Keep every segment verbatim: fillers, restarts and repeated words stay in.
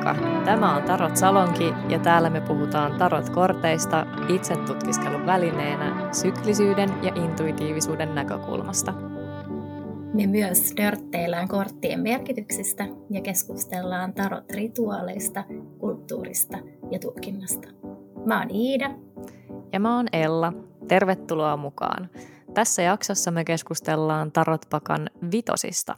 Moikka! Tämä on Tarot Salonki ja täällä me puhutaan tarot-korteista itsetutkiskelun välineenä syklisyyden ja intuitiivisuuden näkökulmasta. Me myös nörtteillään korttien merkityksistä ja keskustellaan tarot-rituaaleista, kulttuurista ja tulkinnasta. Mä oon Iida. Ja mä oon Ella. Tervetuloa mukaan. Tässä jaksossa me keskustellaan tarotpakan vitosista.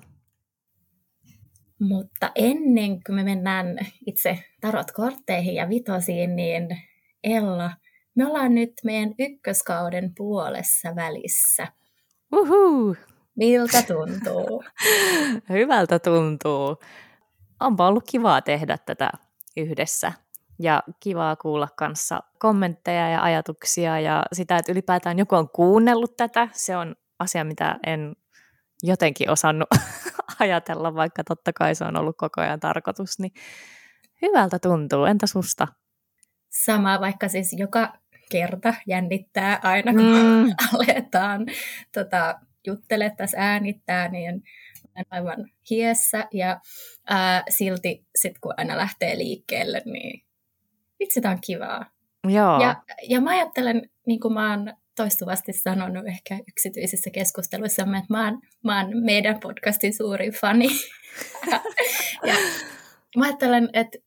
Mutta ennen kuin me mennään itse tarot-kortteihin ja vitosiin, niin Ella, me ollaan nyt meidän ykköskauden puolessa välissä. Uhuu! Miltä tuntuu? Hyvältä tuntuu. Onpa ollut kivaa tehdä tätä yhdessä ja kivaa kuulla kanssa kommentteja ja ajatuksia ja sitä, että ylipäätään joku on kuunnellut tätä. Se on asia, mitä en jotenkin osannut ajatella, vaikka totta kai se on ollut koko ajan tarkoitus, niin hyvältä tuntuu. Entä susta? Sama, vaikka siis joka kerta jännittää aina, kun mm. aletaan tota, juttele tässä äänittää, niin olen aivan hiessä ja ää, silti sit kun aina lähtee liikkeelle, niin vitsi, tämä on kivaa. Joo. Ja, ja mä ajattelen, niin kuin mä oon toistuvasti sanonut ehkä yksityisissä keskusteluissa, että mä oon, mä oon meidän podcastin suurin fani. ja mä ajattelen, että,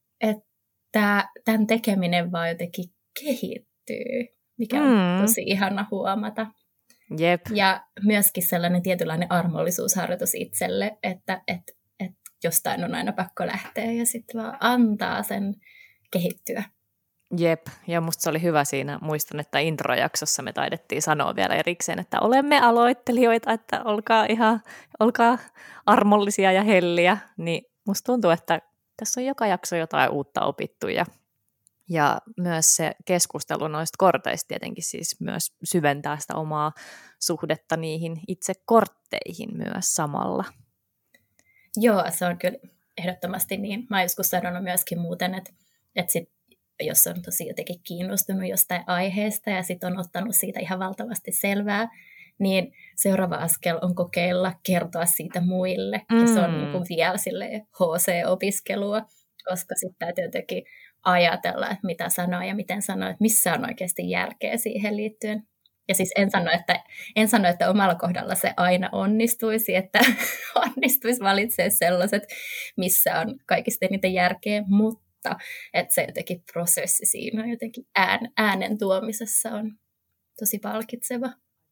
että tämän tekeminen vaan jotenkin kehittyy, mikä on mm. tosi ihana huomata. Jep. Ja myöskin sellainen tietynlainen armollisuusharjoitus itselle, että, että, että jostain on aina pakko lähteä ja sitten vaan antaa sen kehittyä. Jep, ja musta se oli hyvä siinä. Muistan, että introjaksossa me taidettiin sanoa vielä erikseen, että olemme aloittelijoita, että olkaa ihan, olkaa armollisia ja helliä. Niin musta tuntuu, että tässä on joka jakso jotain uutta opittu ja, ja myös se keskustelu noista korteista tietenkin siis myös syventää sitä omaa suhdetta niihin itse kortteihin myös samalla. Joo, se on kyllä ehdottomasti niin. Mä oon joskus sanonut myöskin muuten, että, että sit jos on tosi jotenkin kiinnostunut jostain aiheesta ja sitten on ottanut siitä ihan valtavasti selvää, niin seuraava askel on kokeilla kertoa siitä muille. Mm. Ja se on niin kuin vielä silleen H C-opiskelua, koska sitten täytyy jotenkin ajatella, että mitä sanoo ja miten sanoo, että missä on oikeasti järkeä siihen liittyen. Ja siis en sano, että, en sano, että omalla kohdalla se aina onnistuisi, että onnistuisi valitsemaan sellaiset, missä on kaikista eniten järkeä, mutta että se jotenkin prosessi siinä jotenkin ään, äänen tuomisessa on tosi palkitseva.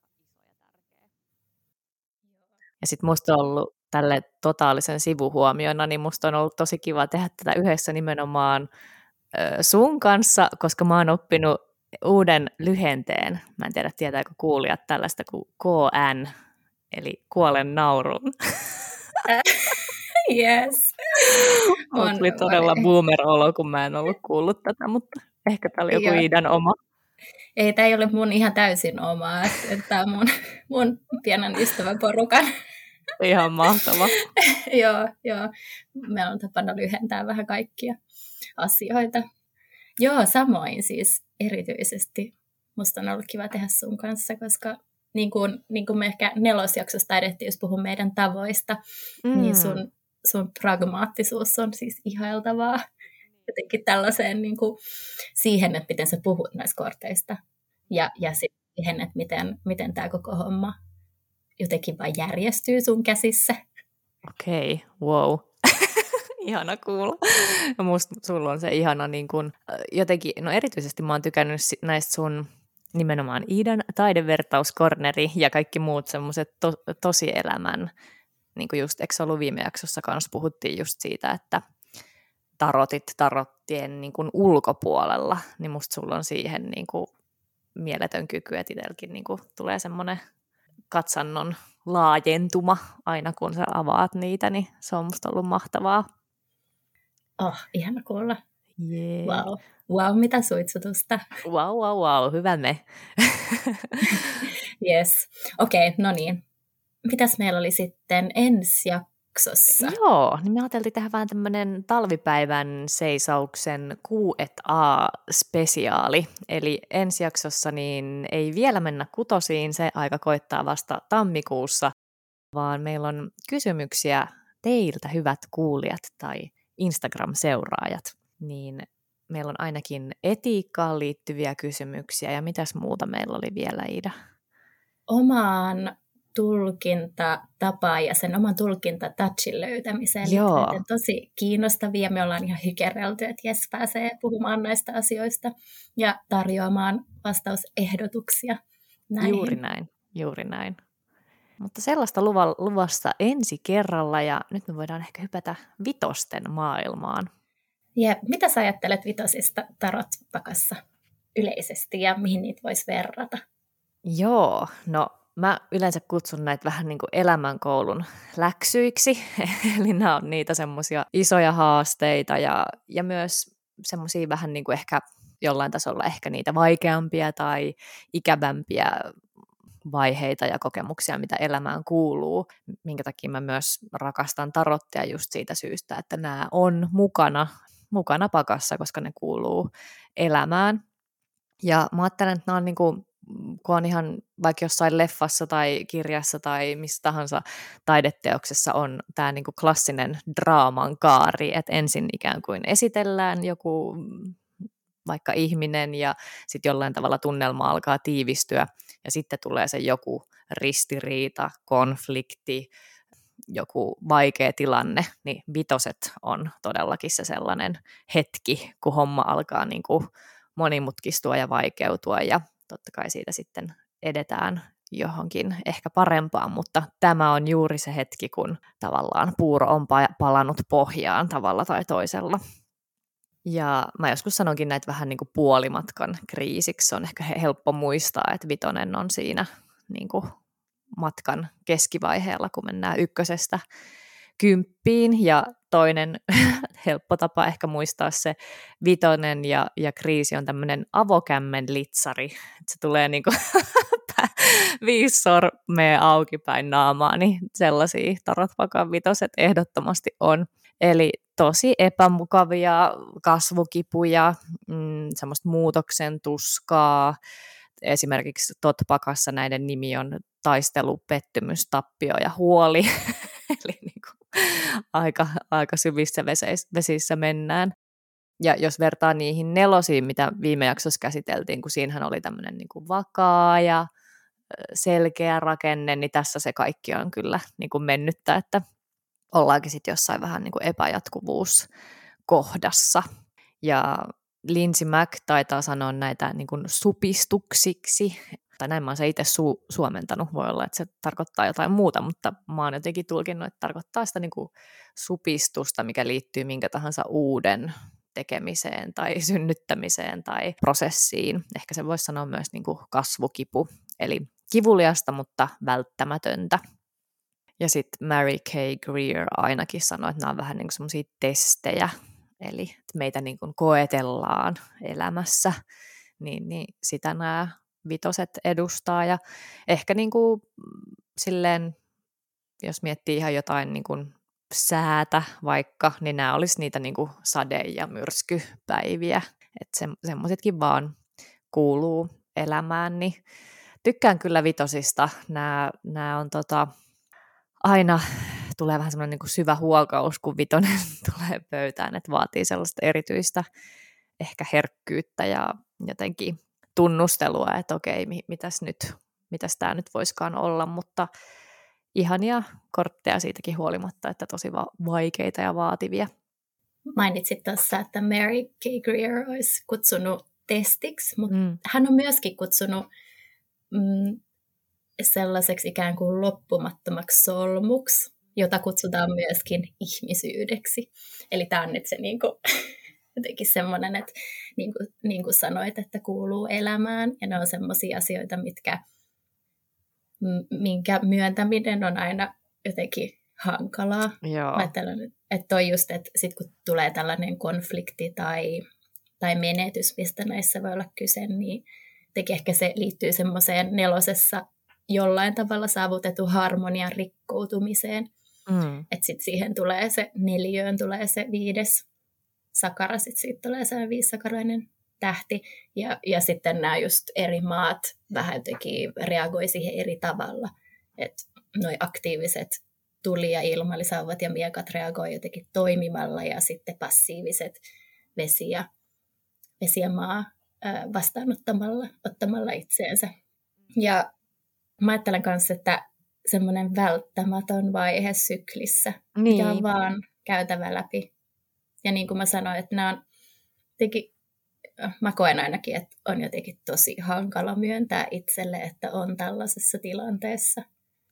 Ja sitten musta on ollut tälle totaalisen sivuhuomiona, niin musta on ollut tosi kiva tehdä tätä yhdessä nimenomaan ö, sun kanssa, koska mä oon oppinut uuden lyhenteen. Mä en tiedä, tietääkö kuulijat tällaista kuin K N, eli kuolen naurun. Yes. On, oli todella boomer-olo, kun mä en ollut kuullut tätä, mutta ehkä tämä oli joku Joo. Iidan oma. Ei, tämä ei ole mun ihan täysin omaa, että tämä on mun, mun pienen ystävän porukan. Ihan mahtava. joo, joo. Meillä on tapana lyhentää vähän kaikkia asioita. Joo, samoin siis erityisesti. Musta on ollut kiva tehdä sun kanssa, koska niin kuin, niin kuin me ehkä nelosjaksossa taidettiin, jos puhun meidän tavoista, mm. niin sun sun pragmaattisuus on siis ihailtavaa jotenkin tällaiseen niin kuin siihen, että miten sä puhut näistä korteista ja, ja siihen, että miten, miten tämä koko homma jotenkin vaan järjestyy sun käsissä. Okei, okay, wow. Ihana kuulla. Ja musta sulla on se ihana niin kuin, jotenkin, no erityisesti mä oon tykännyt näistä sun nimenomaan Iidan taidevertauskorneri ja kaikki muut semmoiset to, tosielämän niin kuin just, eikö se ollut viime jaksossa kanssa, puhuttiin just siitä, että tarotit tarottien niin kuin ulkopuolella, niin musta sulla on siihen niin kuin mieletön kyky, että itselläkin niin kuin tulee semmoinen katsannon laajentuma aina, kun sä avaat niitä, niin se on musta ollut mahtavaa. Oh, ihana kuulla. Yeah. Wow. Wow, mitä suitsutusta. Wow, wow, wow, hyvä me. Yes, okei, okay, no niin. Mitäs meillä oli sitten ensi jaksossa? Joo, niin me ajateltiin tehdä vähän tämmöinen talvipäivän seisauksen Q and A-spesiaali. Eli ensi jaksossa niin ei vielä mennä kutosiin, se aika koittaa vasta tammikuussa, vaan meillä on kysymyksiä teiltä, hyvät kuulijat tai Instagram-seuraajat, niin meillä on ainakin etiikkaan liittyviä kysymyksiä, ja mitäs muuta meillä oli vielä, Iida? Omaan tulkintatapaan ja sen oman tulkintatouchin löytämiseen liittyen tosi kiinnostavia. Me ollaan ihan hykerrelty, että jes pääsee puhumaan näistä asioista ja tarjoamaan vastausehdotuksia näihin. Juuri näin, juuri näin. Mutta sellaista luvassa ensi kerralla, ja nyt me voidaan ehkä hypätä vitosten maailmaan. Ja mitä sä ajattelet vitosista tarotpakassa yleisesti, ja mihin niitä voisi verrata? Joo, no mä yleensä kutsun näitä vähän niin kuin elämänkoulun läksyiksi, eli nämä on niitä semmoisia isoja haasteita, ja, ja myös semmoisia vähän niin kuin ehkä jollain tasolla ehkä niitä vaikeampia tai ikävämpiä vaiheita ja kokemuksia, mitä elämään kuuluu, minkä takia mä myös rakastan tarottia just siitä syystä, että nämä on mukana, mukana pakassa, koska ne kuuluu elämään. Ja mä ajattelen, että nämä on niin kuin, kun on ihan vaikka jossain leffassa tai kirjassa tai missä tahansa taideteoksessa on tämä niin kuin klassinen draaman kaari, että ensin ikään kuin esitellään joku vaikka ihminen ja sitten jollain tavalla tunnelma alkaa tiivistyä ja sitten tulee se joku ristiriita, konflikti, joku vaikea tilanne, niin vitoset on todellakin se sellainen hetki, kun homma alkaa niin kuin monimutkistua ja vaikeutua ja totta kai siitä sitten edetään johonkin ehkä parempaan, mutta tämä on juuri se hetki, kun tavallaan puuro on palannut pohjaan tavalla tai toisella. Ja mä joskus sanonkin näitä vähän niin kuin puolimatkan kriisiksi. Se on ehkä helppo muistaa, että vitonen on siinä niin kuin matkan keskivaiheella, kun mennään ykkösestä kymppiin. Ja toinen helppo tapa ehkä muistaa se vitonen ja, ja kriisi on tämmöinen avokämmen litsari. Että se tulee niin kuin viisi sormea auki päin naamaa, niin sellaisia tarotpakan vitoset ehdottomasti on. Eli tosi epämukavia kasvukipuja, mm, semmoista muutoksen tuskaa. Esimerkiksi Totpakassa näiden nimi on taistelu, pettymys, tappio ja huoli. Eli niin kuin aika, aika syvissä vesissä mennään. Ja jos vertaa niihin nelosiin, mitä viime jaksossa käsiteltiin, kun siinähän oli tämmöinen niin kuin vakaa ja selkeä rakenne, niin tässä se kaikki on kyllä niin kuin mennyttä, että ollaankin sitten jossain vähän niin kuin epäjatkuvuuskohdassa. Ja Lindsay Mack taitaa sanoa näitä niin kuin supistuksiksi, tai näin mä oon se itse su- suomentanut, voi olla, että se tarkoittaa jotain muuta, mutta mä oon jotenkin tulkinnut, että tarkoittaa sitä niin kuin supistusta, mikä liittyy minkä tahansa uuden tekemiseen tai synnyttämiseen tai prosessiin. Ehkä se voisi sanoa myös niin kuin kasvukipu, eli kivuliasta, mutta välttämätöntä. Ja sitten Mary Kay Greer ainakin sanoi, että nämä on vähän niin kuin semmoisia testejä, eli että meitä niin kuin koetellaan elämässä, niin, niin sitä nämä vitoset edustaa. Ja ehkä niin kuin silleen, jos miettii ihan jotain niin kuin säätä vaikka, niin nämä olisi niitä niin kuin sade- ja myrskypäiviä. Että se, semmoisetkin vaan kuuluu elämään, niin tykkään kyllä vitosista. Nämä, nämä on tota, aina tulee vähän semmoinen niin kuin syvä huokaus, kun vitonen tulee pöytään, että vaatii sellaista erityistä ehkä herkkyyttä ja jotenkin tunnustelua, että okei, mitäs nyt, mitäs tämä nyt voisikaan olla, mutta ihania kortteja siitäkin huolimatta, että tosi va- vaikeita ja vaativia. Mainitsit tuossa, että Mary Kay Greer olisi kutsunut testiksi, mutta Mm. hän on myöskin kutsunut mm, sellaiseksi ikään kuin loppumattomaksi solmuksi, jota kutsutaan myöskin ihmisyydeksi. Eli tämä on nyt se niin kuin, jotenkin semmoinen, että niin kuin, niin kuin sanoit, että kuuluu elämään, ja ne on semmoisia asioita, mitkä, minkä myöntäminen on aina jotenkin hankalaa. Joo. Ajattelen, että toi just, että sit kun tulee tällainen konflikti tai, tai menetys, mistä näissä voi olla kyse, niin teki ehkä se liittyy semmoiseen nelosessa jollain tavalla saavutetun harmonian rikkoutumiseen. Mm. Että sitten siihen tulee se neliöön, tulee se viides sakara, sitten siitä tulee se viisisakarainen tähti. Ja, ja sitten nämä just eri maat vähän jotenkin reagoi siihen eri tavalla. Että noi aktiiviset tuli ja ilmalisauvat ja miekat reagoi jotenkin toimimalla ja sitten passiiviset vesi ja, vesi ja maa ää, vastaanottamalla ottamalla itseensä. Ja mä ajattelen kanssa, että semmoinen välttämätön vaihe syklissä, niin. mikä on vaan käytävä läpi. Ja niin kuin mä sanoin, että nämä on jotenkin, mä koen ainakin, että on jotenkin tosi hankala myöntää itselle, että on tällaisessa tilanteessa.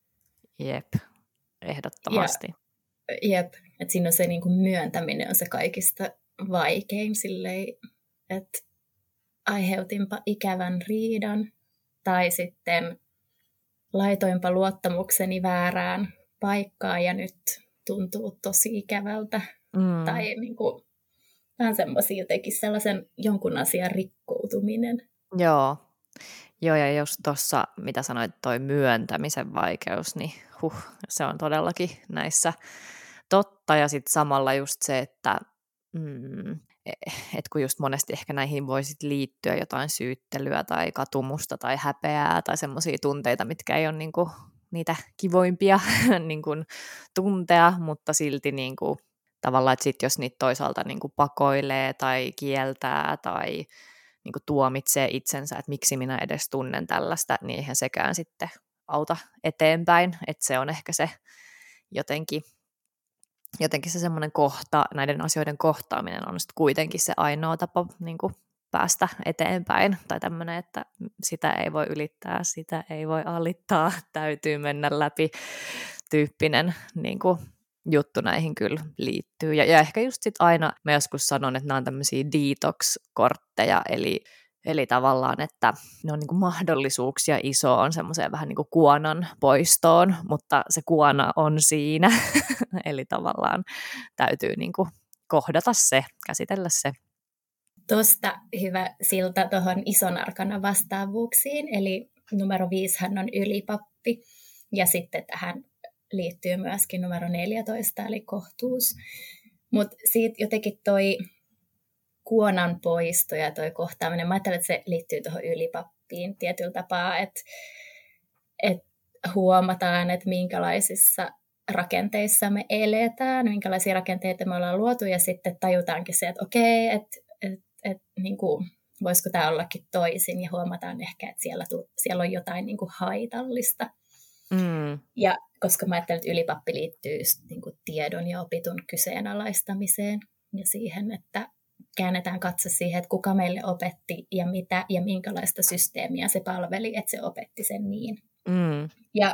Jep, ehdottomasti. Ja, jep, että siinä on se niin kuin myöntäminen on se kaikista vaikein silleen, että aiheutinpa ikävän riidan tai sitten laitoinpa luottamukseni väärään paikkaan ja nyt tuntuu tosi ikävältä. Mm. Tai niin kuin, vähän semmoisia jotenkin sellaisen jonkun asian rikkoutuminen. Joo, Joo ja just tuossa, mitä sanoit, toi myöntämisen vaikeus, niin huh, se on todellakin näissä totta. Ja sitten samalla just se, että mm, et kun just monesti ehkä näihin voisit liittyä jotain syyttelyä tai katumusta tai häpeää tai semmoisia tunteita, mitkä ei ole niinku niitä kivoimpia niinku tuntea, mutta silti niinku, tavallaan, että sit jos niitä toisaalta niinku pakoilee tai kieltää tai niinku tuomitsee itsensä, että miksi minä edes tunnen tällaista, niin eihän sekään sitten auta eteenpäin, että se on ehkä se jotenkin jotenkin se semmoinen kohta, näiden asioiden kohtaaminen on sitten kuitenkin se ainoa tapa niin kuin päästä eteenpäin. Tai tämmöinen, että sitä ei voi ylittää, sitä ei voi alittaa, täytyy mennä läpi tyyppinen niin kuin juttu näihin kyllä liittyy. Ja, ja ehkä just sitten aina, mä joskus sanon, että nämä on tämmöisiä detox-kortteja, eli Eli tavallaan, että ne on niin kuin mahdollisuuksia isoon semmoiseen vähän niin kuin kuonan poistoon, mutta se kuona on siinä. Eli tavallaan täytyy niin kuin kohdata se, käsitellä se. Tuosta hyvä silta tuohon ison arkana vastaavuuksiin. Eli numero viisihän on ylipappi. Ja sitten tähän liittyy myöskin numero neljätoista, eli kohtuus. Mutta siitä jotenkin toi kuonan poisto ja toi kohtaaminen. Mä ajattelen, että se liittyy tuohon ylipappiin tietyllä tapaa, että, että huomataan, että minkälaisissa rakenteissa me eletään, minkälaisia rakenteita me ollaan luotu, ja sitten tajutaankin se, että okei, että, että, että niin kuin, voisiko tämä ollakin toisin, ja huomataan ehkä, että siellä, siellä on jotain niin kuin haitallista. Mm. Ja koska mä ajattelen, että ylipappi liittyy just niin kuin tiedon ja opitun kyseenalaistamiseen, ja siihen, että käännetään katse siihen, että kuka meille opetti ja mitä ja minkälaista systeemiä se palveli, että se opetti sen niin. Mm. Ja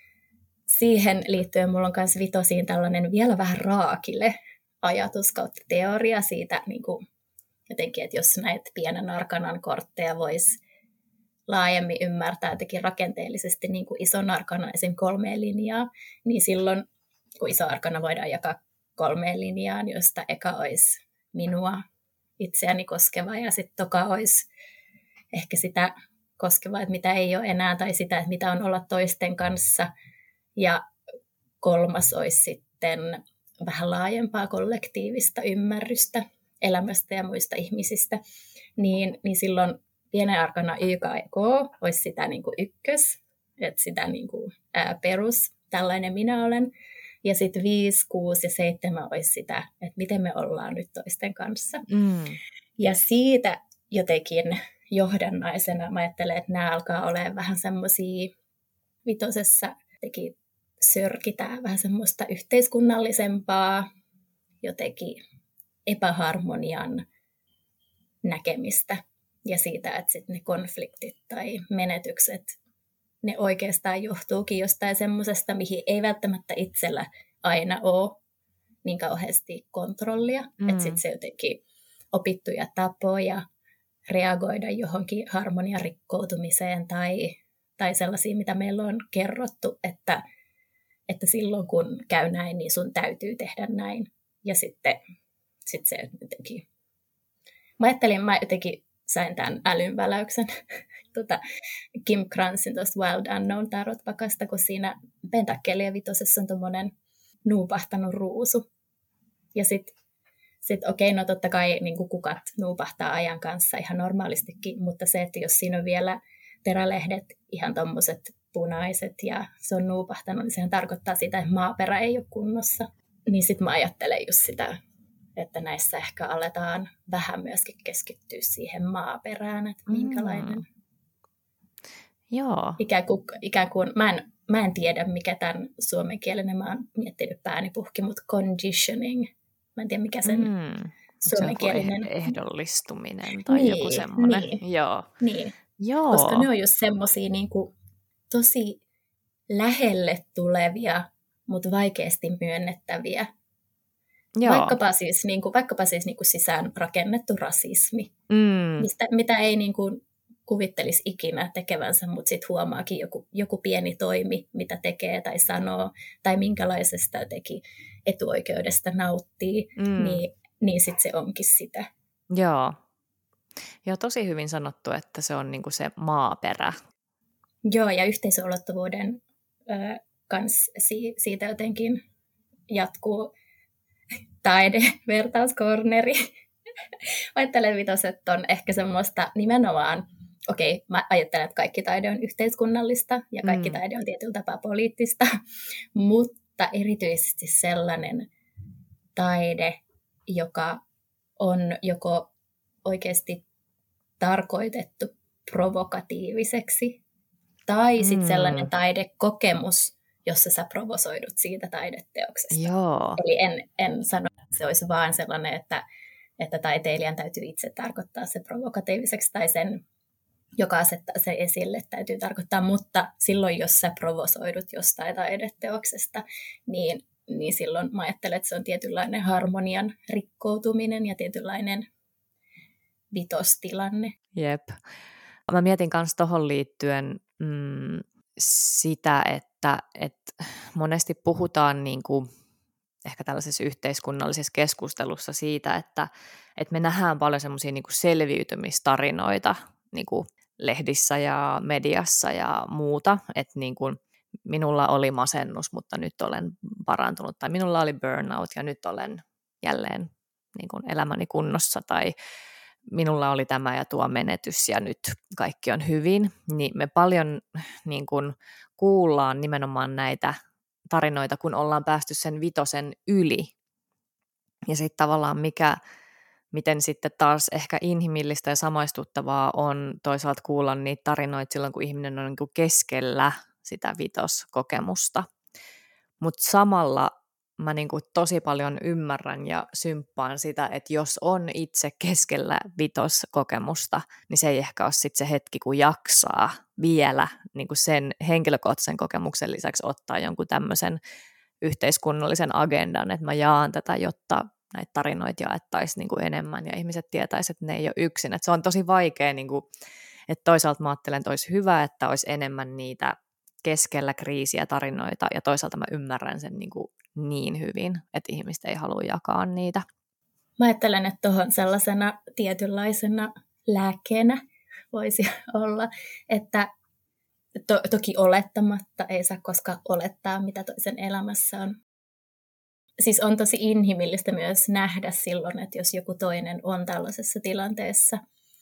siihen liittyen mulla on myös vitosiin tällainen vielä vähän raakile ajatus kautta teoria siitä niin kuin jotenkin, että jos näitä pienen arkanan kortteja voisi laajemmin ymmärtää jotenkin rakenteellisesti niin kuin ison arkanan esim. Kolmeen linjaa, niin silloin kun iso arkana voidaan jakaa kolmeen linjaan, josta eka olisi minua itseäni koskeva ja sitten toka olisi ehkä sitä koskevaa, että mitä ei ole enää tai sitä, että mitä on olla toisten kanssa ja kolmas olisi sitten vähän laajempaa kollektiivista ymmärrystä elämästä ja muista ihmisistä, niin, niin silloin pienen arkana Y K E K olisi sitä niin kuin ykkös, että sitä niin kuin, ää, perus, tällainen minä olen. Ja sitten viisi, kuusi ja seitsemän olisi sitä, että miten me ollaan nyt toisten kanssa. Mm. Ja siitä jotenkin johdannaisena mä ajattelen, että nämä alkaa olemaan vähän semmoisia vitosessa jotenkin sörkitään vähän semmoista yhteiskunnallisempaa jotenkin epäharmonian näkemistä. Ja siitä, että sitten ne konfliktit tai menetykset ne oikeastaan johtuukin jostain semmoisesta, mihin ei välttämättä itsellä aina ole niin kauheasti kontrollia. Mm. Että sitten se jotenkin opittuja tapoja reagoida johonkin harmonian rikkoutumiseen tai, tai sellaisiin, mitä meillä on kerrottu, että, että silloin kun käy näin, niin sun täytyy tehdä näin. Ja sitten sit se jotenkin... Mä ajattelin, mä jotenkin sain tämän älynväläyksen tota, Kim Kranzin tuosta Wild Unknown tarotpakasta, kun siinä pentakkelien vitosessa on tuommoinen nuupahtanut ruusu. Ja sitten sit, okei, no totta kai niin kukat nuupahtaa ajan kanssa ihan normaalistikin, mutta se, että jos siinä on vielä terälehdet ihan tuommoiset punaiset ja se on nuupahtanut, niin sehän tarkoittaa sitä, että maaperä ei ole kunnossa. Niin sitten mä ajattelen just sitä, että näissä ehkä aletaan vähän myöskin keskittyä siihen maaperään, että minkälainen. Mm. Joo. Ikään kuin, ikään kuin mä, en, mä en tiedä, mikä tämän suomenkielinen, mä oon miettinyt pääni puhki, mutta conditioning. Mä en tiedä, mikä sen mm. suomenkielinen. Ehdollistuminen tai niin, joku semmoinen. Niin, Joo. Niin. Joo. Koska ne on just semmoisia niin kuin tosi lähelle tulevia, mutta vaikeasti myönnettäviä. Joo. Vaikkapa siis, niin kuin, vaikkapa siis niin kuin sisään rakennettu rasismi, mm. mistä, mitä ei niin kuin kuvittelisi ikinä tekevänsä, mutta sitten huomaakin joku, joku pieni toimi, mitä tekee tai sanoo, tai minkälaisesta jotenkin etuoikeudesta nauttii, mm. niin, niin sitten se onkin sitä. Joo. Joo, tosi hyvin sanottu, että se on niinku se maaperä. Joo, ja yhteisöulottuvuuden äh, kanssa si- siitä jotenkin jatkuu taidevertauskorneri. Ajattelen vitoset on ehkä semmoista nimenomaan, okei, okay, mä ajattelen, että kaikki taide on yhteiskunnallista ja kaikki mm. taide on tietyllä tapaa poliittista, mutta erityisesti sellainen taide, joka on joko oikeasti tarkoitettu provokatiiviseksi tai sitten mm. sellainen taidekokemus, jossa sä provosoidut siitä taideteoksesta. Joo. Eli en, en sano, että se olisi vaan sellainen, että, että taiteilijan täytyy itse tarkoittaa se provokatiiviseksi tai sen, joka asettaa se esille, täytyy tarkoittaa, mutta silloin, jos sä provosoidut jostain taideteoksesta, niin, niin silloin mä ajattelen, että se on tietynlainen harmonian rikkoutuminen ja tietynlainen vitostilanne. Jep. Mä mietin myös tuohon liittyen mm, sitä, että, että monesti puhutaan niin kuin ehkä tällaisessa yhteiskunnallisessa keskustelussa siitä, että, että me nähdään paljon semmoisia niin kuin selviytymistarinoita niin kuin lehdissä ja mediassa ja muuta, että niin kuin minulla oli masennus, mutta nyt olen parantunut, tai minulla oli burnout ja nyt olen jälleen niin kuin elämäni kunnossa, tai minulla oli tämä ja tuo menetys ja nyt kaikki on hyvin, niin me paljon niin kuin kuullaan nimenomaan näitä tarinoita, kun ollaan päästy sen vitosen yli. Ja sitten tavallaan mikä, miten sitten taas ehkä inhimillistä ja samaistuttavaa on toisaalta kuulla niitä tarinoita silloin, kun ihminen on niin kuin keskellä sitä vitoskokemusta. Mutta samalla mä niin kuin tosi paljon ymmärrän ja symppaan sitä, että jos on itse keskellä vitoskokemusta, niin se ei ehkä ole sitten se hetki, kun jaksaa vielä niin kuin sen henkilökohtaisen kokemuksen lisäksi ottaa jonkun tämmöisen yhteiskunnallisen agendan, että mä jaan tätä, jotta näitä tarinoita jaettaisiin niin kuin enemmän ja ihmiset tietäisivät, että ne ei ole yksin. Että se on tosi vaikea, niin kuin, että toisaalta mä ajattelen, että olisi hyvä, että olisi enemmän niitä keskellä kriisiä tarinoita ja toisaalta mä ymmärrän sen niin kuin niin hyvin, että ihmiset ei halua jakaa niitä. Mä ajattelen, että tuohon sellaisena tietynlaisena lääkkeenä voisi olla, että to- toki olettamatta ei saa koskaan olettaa, mitä toisen elämässä on. Siis on tosi inhimillistä myös nähdä silloin, että jos joku toinen on tällaisessa tilanteessa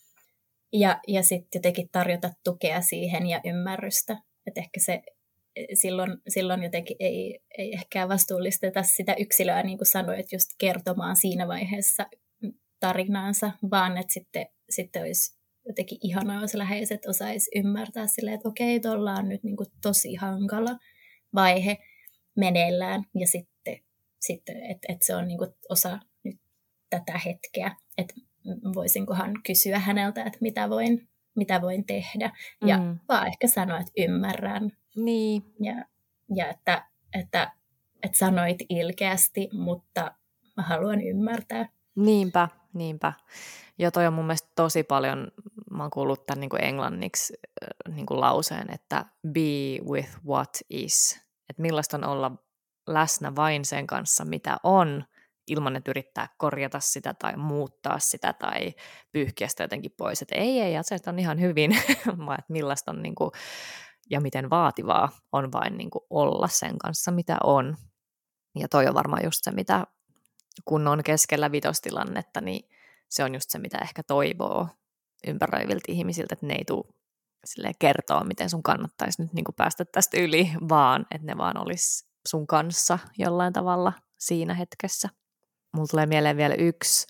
ja, ja sitten jotenkin tarjota tukea siihen ja ymmärrystä, että ehkä se Silloin, silloin jotenkin ei, ei ehkä vastuullisteta sitä yksilöä, niin kuin sanoit, just kertomaan siinä vaiheessa tarinaansa, vaan että sitten, sitten olisi jotenkin ihanaa, jos läheiset osaisi ymmärtää silleen, että okei, tuolla on nyt niin kuin tosi hankala vaihe meneillään, ja sitten, sitten että, että se on niin kuin osa nyt tätä hetkeä, että voisinkohan kysyä häneltä, että mitä voin, mitä voin tehdä, ja mm. vaan ehkä sanoa, että ymmärrän. Niin. Ja, ja että, että, että sanoit ilkeästi, mutta mä haluan ymmärtää. Niinpä, niinpä. Ja toi on mun mielestä tosi paljon, mä oon kuullut tämän niin kuin englanniksi niin kuin lauseen, että be with what is. Että millaista on olla läsnä vain sen kanssa, mitä on, ilman että yrittää korjata sitä tai muuttaa sitä tai pyyhkiä sitä jotenkin pois. Että ei, ei, asiat on ihan hyvin, vaan että millaista on niin kuin ja miten vaativaa on vain niin kuin olla sen kanssa, mitä on. Ja toi on varmaan just se, mitä kun on keskellä vitostilannetta, niin se on just se, mitä ehkä toivoo ympäröiviltä ihmisiltä, että ne ei tule kertoa, miten sun kannattaisi nyt niin kuin päästä tästä yli, vaan että ne vaan olisi sun kanssa jollain tavalla siinä hetkessä. Mulla tulee mieleen vielä yksi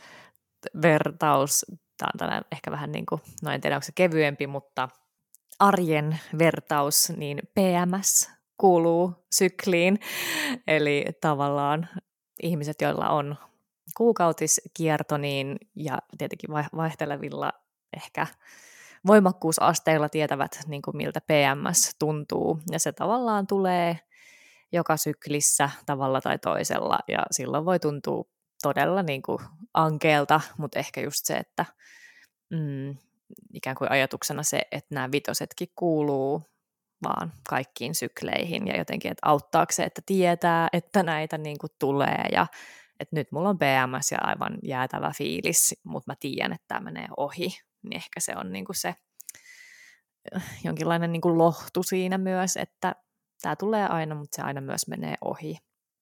vertaus, tämä on tällainen ehkä vähän niin kuin, no en tiedä onko se kevyempi, mutta arjen vertaus, niin P M S kuuluu sykliin, eli tavallaan ihmiset, joilla on kuukautiskierto niin, ja tietenkin vaihtelevilla ehkä voimakkuusasteilla tietävät, niin kuin miltä P M S tuntuu, ja se tavallaan tulee joka syklissä tavalla tai toisella, ja silloin voi tuntua todella niin kuin ankeelta, mutta ehkä just se, että mm, ikään kuin ajatuksena se, että nämä vitosetkin kuuluu vaan kaikkiin sykleihin, ja jotenkin, että auttaako se, että tietää, että näitä niin kuin tulee, ja että nyt mulla on P M S ja aivan jäätävä fiilis, mutta mä tiedän, että tämä menee ohi, niin ehkä se on niin kuin se jonkinlainen niin kuin lohtu siinä myös, että tämä tulee aina, mutta se aina myös menee ohi.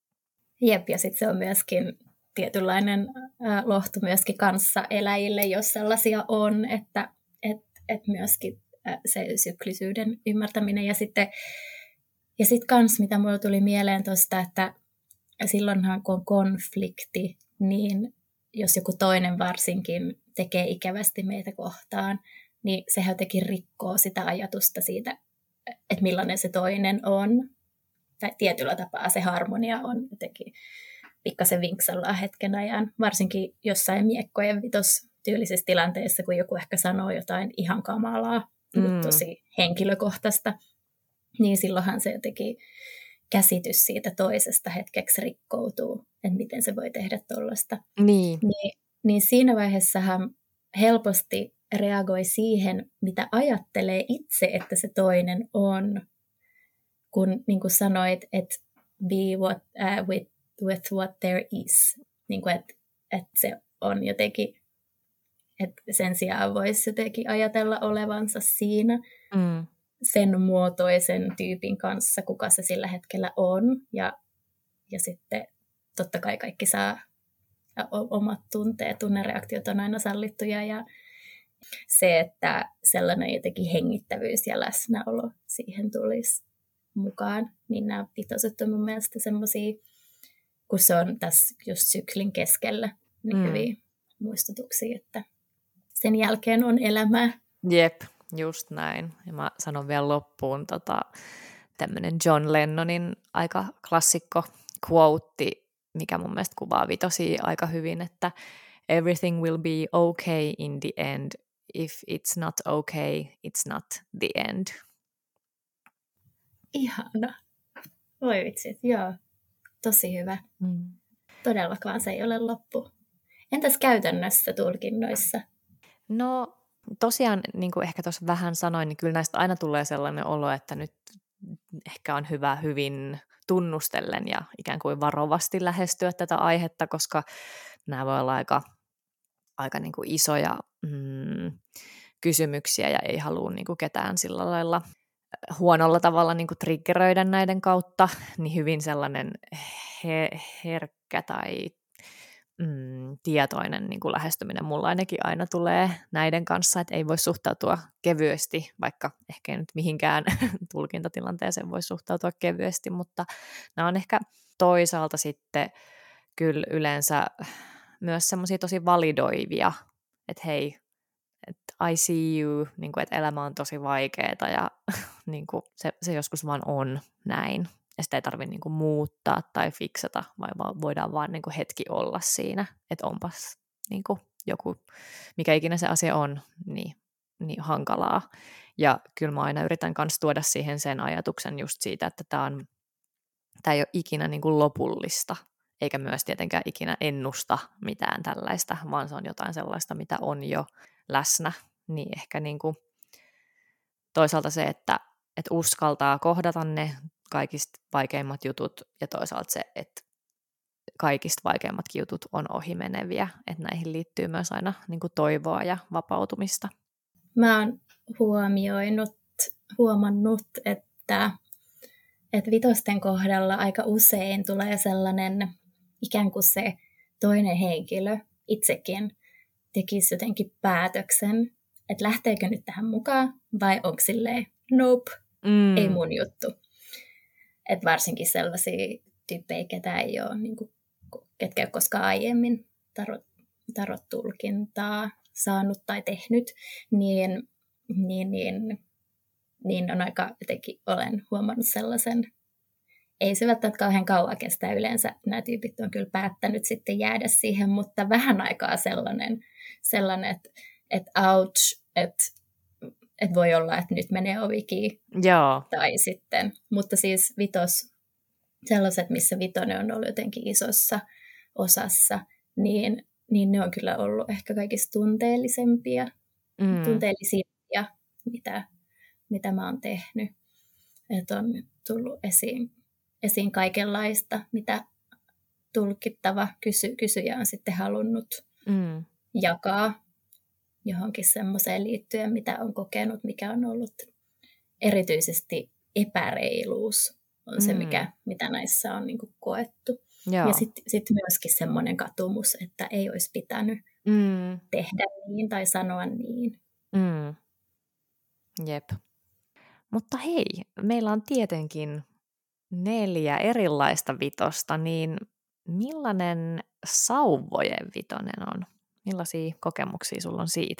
Jep, ja sitten se on myöskin tietynlainen äh, lohtu myöskin kanssaeläjille, jos sellaisia on, että et, et myöskin äh, se syklisyyden ymmärtäminen. Ja sitten ja sit kans, mitä mulle tuli mieleen tuosta, että silloinhan kun on konflikti, niin jos joku toinen varsinkin tekee ikävästi meitä kohtaan, niin sehän jotenkin rikkoo sitä ajatusta siitä, että millainen se toinen on. Tai tietyllä tapaa se harmonia on jotenkin pikkasen vinksallaan hetken ajan, varsinkin jossain miekkojen vitos tyylisessä tilanteessa, kun joku ehkä sanoo jotain ihan kamalaa, mm. tosi henkilökohtaista, niin silloinhan se jotenkin käsitys siitä toisesta hetkeksi rikkoutuu, että miten se voi tehdä tuollaista. Niin. Niin, niin siinä vaiheessahan helposti reagoi siihen, mitä ajattelee itse, että se toinen on, kun niin kuin sanoit, että be what, uh, with, with what there is, niin kuin, että, että se on jotenkin, että sen sijaan voisi jotenkin ajatella olevansa siinä mm. sen muotoisen tyypin kanssa, kuka se sillä hetkellä on, ja, ja sitten totta kai kaikki saa omat tunteet, tunnereaktiot on aina sallittuja, ja se, että sellainen jotenkin hengittävyys ja läsnäolo siihen tulisi mukaan, niin nämä vitoset on mun mielestä semmoisia, kun se on tässä just syklin keskellä, niin mm. hyviä muistutuksia, että sen jälkeen on elämää. Jep, just näin. Ja mä sanon vielä loppuun tota, tämmöinen John Lennonin aika klassikko quote, mikä mun mielestä kuvaa vitosia aika hyvin, että everything will be okay in the end. If it's not okay, it's not the end. Ihana. Voi vitsit, joo. Tosi hyvä. Mm. Todellakaan se ei ole loppu. Entäs käytännössä tulkinnoissa? No tosiaan, niin kuin ehkä tuossa vähän sanoin, niin kyllä näistä aina tulee sellainen olo, että nyt ehkä on hyvä hyvin tunnustellen ja ikään kuin varovasti lähestyä tätä aihetta, koska nämä voi olla aika, aika niin kuin isoja mm, kysymyksiä ja ei halua niin kuin ketään sillä lailla huonolla tavalla niin kuin triggeröidä näiden kautta, niin hyvin sellainen he- herkkä tai mm, tietoinen niin kuin lähestyminen mulla ainakin aina tulee näiden kanssa, että ei voi suhtautua kevyesti, vaikka ehkä ei nyt mihinkään tulkintatilanteeseen voi suhtautua kevyesti, mutta nämä on ehkä toisaalta sitten kyllä yleensä myös semmoisia tosi validoivia, että hei, että I see you, niin kuin, että elämä on tosi vaikeaa ja niin kuin, se, se joskus vaan on näin. Ja sitä ei tarvitse niin kuin muuttaa tai fiksata, vaan voidaan vaan niin kuin hetki olla siinä, että onpas niin kuin joku, mikä ikinä se asia on, niin, niin hankalaa. Ja kyllä mä aina yritän myös tuoda siihen sen ajatuksen just siitä, että tämä on, tämä ei ole ikinä niin kuin lopullista, eikä myös tietenkään ikinä ennusta mitään tällaista, vaan se on jotain sellaista, mitä on jo läsnä. Niin ehkä niin kuin toisaalta se, että, että uskaltaa kohdata ne kaikista vaikeimmat jutut ja toisaalta se, että kaikista vaikeimmatkin jutut on ohimeneviä, että näihin liittyy myös aina niin kuin toivoa ja vapautumista. Mä oon huomioinut, huomannut, että, että vitosten kohdalla aika usein tulee sellainen ikään kuin se toinen henkilö itsekin tekisi jotenkin päätöksen, että lähteekö nyt tähän mukaan vai onko silleen, nope, mm. ei mun juttu. Että varsinkin sellaisia tyyppejä, ketä ei ole, niin kuin, ketkä ei ole koskaan aiemmin tarot, tarot-tulkintaa saanut tai tehnyt, niin, niin, niin, niin on aika jotenkin, olen huomannut sellaisen, ei se välttämättä kauhean kauan kestää yleensä, nämä tyypit on kyllä päättänyt sitten jäädä siihen, mutta vähän aikaa sellainen, sellainen että että ouch, että et voi olla, että nyt menee ovikin. Joo. Tai sitten, mutta siis vitos, sellaiset, missä vitonen on ollut jotenkin isossa osassa, niin, niin ne on kyllä ollut ehkä kaikista tunteellisempia, mm. tunteellisimpia, mitä, mitä mä oon tehnyt. Että on tullut esiin, esiin kaikenlaista, mitä tulkittava kysy, kysyjä on sitten halunnut mm. jakaa johonkin semmoiseen liittyen, mitä on kokenut, mikä on ollut erityisesti epäreiluus, on se, mikä, mitä näissä on niin kuin koettu. Joo. Ja sitten sit myöskin semmoinen katumus, että ei olisi pitänyt mm. tehdä niin tai sanoa niin. Mm. Jep. Mutta hei, meillä on tietenkin neljä erilaista vitosta, niin millainen sauvojen vitonen on? Millaisia kokemuksia sulla on siitä?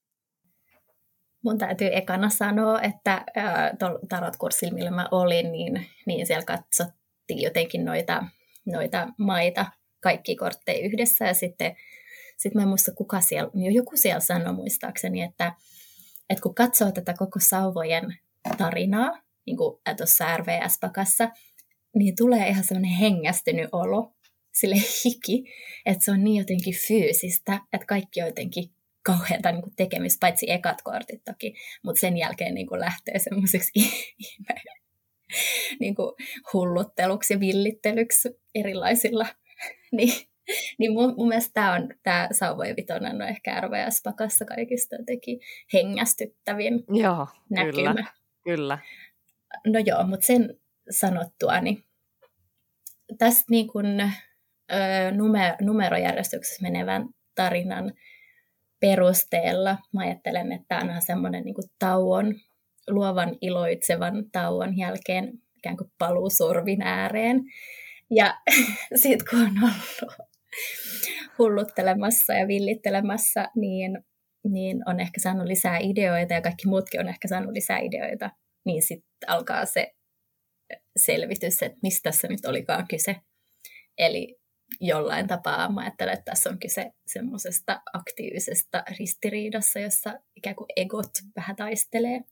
Mun täytyy ekana sanoa, että tuolla tarot-kurssilla, millä mä olin, niin, niin siellä katsottiin jotenkin noita, noita maita, kaikki kortteja yhdessä. Ja sitten sit mä en muista, kuka siellä, joku siellä sanoi muistaakseni, että, että kun katsoo tätä koko sauvojen tarinaa, niin kuin tuossa R V S-pakassa, niin tulee ihan semmoinen hengästynyt olo, sille hiki, että se on niin jotenkin fyysistä, että kaikki on jotenkin kauheata niin kuin tekemistä, paitsi ekat kortit toki, mutta sen jälkeen niin kuin lähtee semmoiseksi niin kuin hullutteluksi ja villittelyksi erilaisilla. niin, niin mun, mun mielestä tämä on tämä sauvojen vitonen on ehkä R V S-pakassa kaikista jotenkin hengästyttävin joo, näkymä. Kyllä, kyllä. No joo, mutta sen sanottua, niin tästä niin kuin, ö, numer- numerojärjestyksessä menevän tarinan perusteella mä ajattelen, että tämä on semmoinen niin kuin tauon, luovan iloitsevan tauon jälkeen ikään kuin paluu sorvin ääreen. Ja sitten kun on ollut hulluttelemassa ja villittelemässä, niin, niin on ehkä saanut lisää ideoita ja kaikki muutkin on ehkä saanut lisää ideoita. Niin sitten alkaa se selvitys, että mistä tässä nyt olikaan kyse. Eli jollain tapaa mä ajattelen, että tässä on kyse semmoisesta aktiivisesta ristiriidassa, jossa ikään kuin egot vähän taistelee.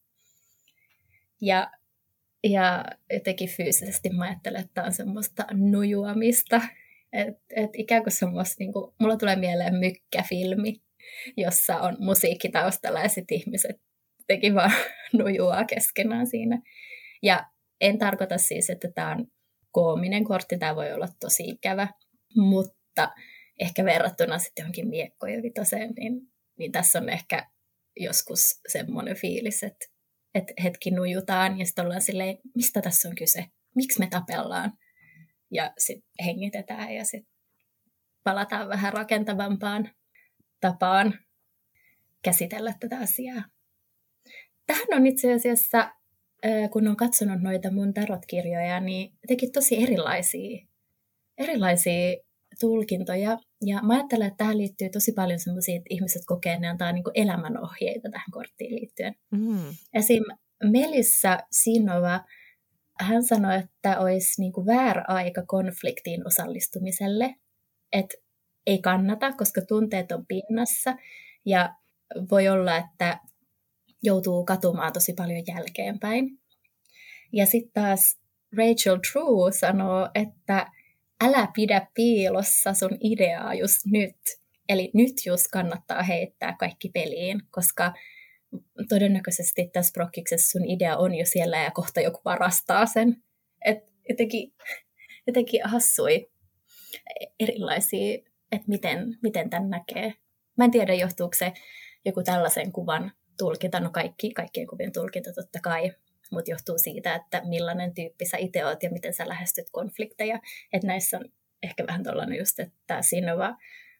Ja, ja jotenkin fyysisesti mä ajattelen, että tämä on semmoista nujuamista. Että et ikään kuin semmoista, niin kuin, mulla tulee mieleen mykkäfilmi, jossa on musiikki taustalla ja sitten ihmiset teki vaan nujuaa keskenään siinä. Ja en tarkoita siis, että tämä on koominen kortti, tämä voi olla tosi ikävä, mutta ehkä verrattuna sitten johonkin miekkojen vitoseen, niin, niin tässä on ehkä joskus semmoinen fiilis, että, että hetki nujutaan ja sitten ollaan silleen, mistä tässä on kyse, miksi me tapellaan, ja sitten hengitetään ja sitten palataan vähän rakentavampaan tapaan käsitellä tätä asiaa. Tähän on itse asiassa, kun on katsonut noita mun tarotkirjoja, niin teki tosi erilaisia, erilaisia tulkintoja. Ja mä ajattelen, että tähän liittyy tosi paljon sellaisia, että ihmiset kokee, että ne antaa niin kuin elämänohjeita tähän korttiin liittyen. Mm. Esim. Melissa Sinova, hän sanoi, että olisi niin kuin väärä aika konfliktiin osallistumiselle, että ei kannata, koska tunteet on pinnassa ja voi olla, että joutuu katumaan tosi paljon jälkeenpäin. Ja sitten taas Rachel True sanoo, että älä pidä piilossa sun ideaa just nyt. Eli nyt just kannattaa heittää kaikki peliin, koska todennäköisesti tässä prokkiksessa sun idea on jo siellä ja kohta joku varastaa sen. Et jotenkin, jotenkin hassui erilaisia, että miten, miten tämän näkee. Mä en tiedä, johtuuko se joku tällaisen kuvan tulkinta, no kaikki, kaikkien kuvien tulkinta totta kai, mutta johtuu siitä, että millainen tyyppi sä itse oot ja miten sä lähestyt konflikteja. Että näissä on ehkä vähän tollainen just, että Sinova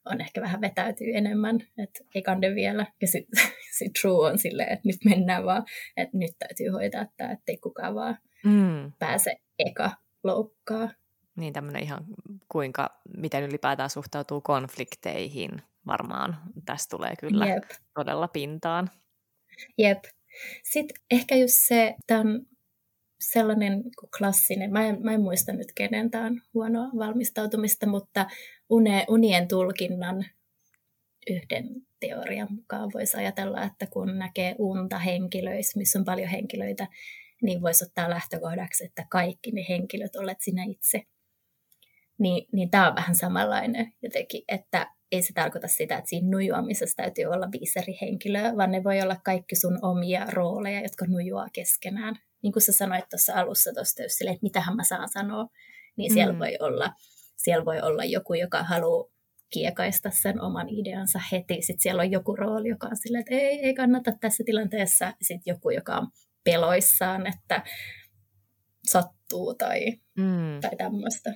on ehkä vähän vetäytyy enemmän, että ei kande vielä. Ja sitten sit True on silleen, että nyt mennään vaan, että nyt täytyy hoitaa tämä, ettei kukaan vaan mm. pääse eka loukkaa. Niin tämmöinen ihan kuinka, miten ylipäätään suhtautuu konflikteihin varmaan. Tästä tulee kyllä Jep. todella pintaan. Jep. Sitten ehkä just se, tämä on sellainen klassinen, mä en, mä en muista nyt kenen tämä on huonoa valmistautumista, mutta une, unien tulkinnan yhden teorian mukaan voisi ajatella, että kun näkee unta henkilöissä, missä on paljon henkilöitä, niin voisi ottaa lähtökohdaksi, että kaikki ne henkilöt olet sinä itse. Niin, niin tämä on vähän samanlainen jotenkin, että ei se tarkoita sitä, että siinä nujuamisessa täytyy olla viisi eri henkilöä, vaan ne voi olla kaikki sun omia rooleja, jotka nujuaa keskenään. Niin kuin sä sanoit tuossa alussa tuosta, jos silleen, että mitähän mä saan sanoa, niin siellä, mm. voi olla, siellä voi olla joku, joka haluaa kiekaista sen oman ideansa heti. Sitten siellä on joku rooli, joka on silleen, että ei, ei kannata tässä tilanteessa. Sitten joku, joka on peloissaan, että sattuu tai, mm. tai tämmöistä.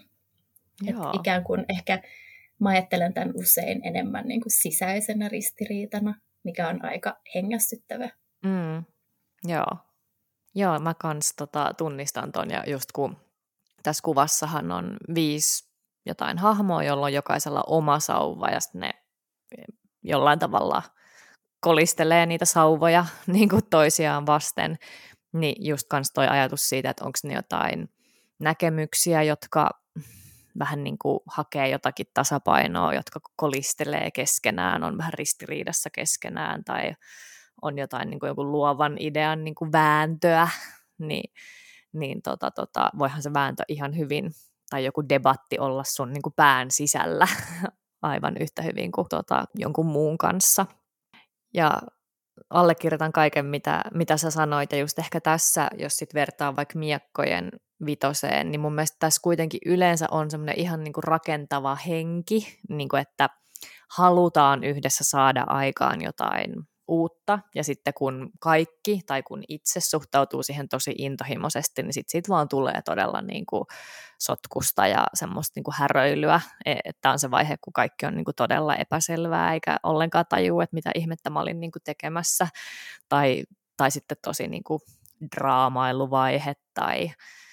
Ikään kuin ehkä mä ajattelen tämän usein enemmän niin kuin sisäisenä ristiriitana, mikä on aika hengästyttävä. Mm. Joo. Joo, mä kans tota, tunnistan ton, ja just kun tässä kuvassahan on viisi jotain hahmoa, jolla on jokaisella oma sauva, ja sitten ne jollain tavalla kolistelee niitä sauvoja niin kuin toisiaan vasten, niin just kans toi ajatus siitä, että onko ne jotain näkemyksiä, jotka vähän niin kuin hakee jotakin tasapainoa, jotka kolistelee keskenään, on vähän ristiriidassa keskenään, tai on jotain niin kuin joku luovan idean niin kuin vääntöä, niin, niin tota, tota, voihan se vääntö ihan hyvin, tai joku debatti olla sun niin kuin pään sisällä aivan yhtä hyvin kuin tota, jonkun muun kanssa. Ja allekirjoitan kaiken, mitä, mitä sä sanoit, ja just ehkä tässä, jos sit vertaa vaikka miekkojen vitoseen, niin mun mielestä tässä kuitenkin yleensä on semmoinen ihan niin kuin rakentava henki, niin kuin että halutaan yhdessä saada aikaan jotain uutta, ja sitten kun kaikki, tai kun itse suhtautuu siihen tosi intohimoisesti, niin sitten siitä vaan tulee todella niin kuin sotkusta ja semmoista niin kuin häröilyä, että on se vaihe, kun kaikki on niin kuin todella epäselvää, eikä ollenkaan tajua, että mitä ihmettä mä olin niin kuin tekemässä, tai, tai sitten tosi niin kuin draamailuvaihe, tai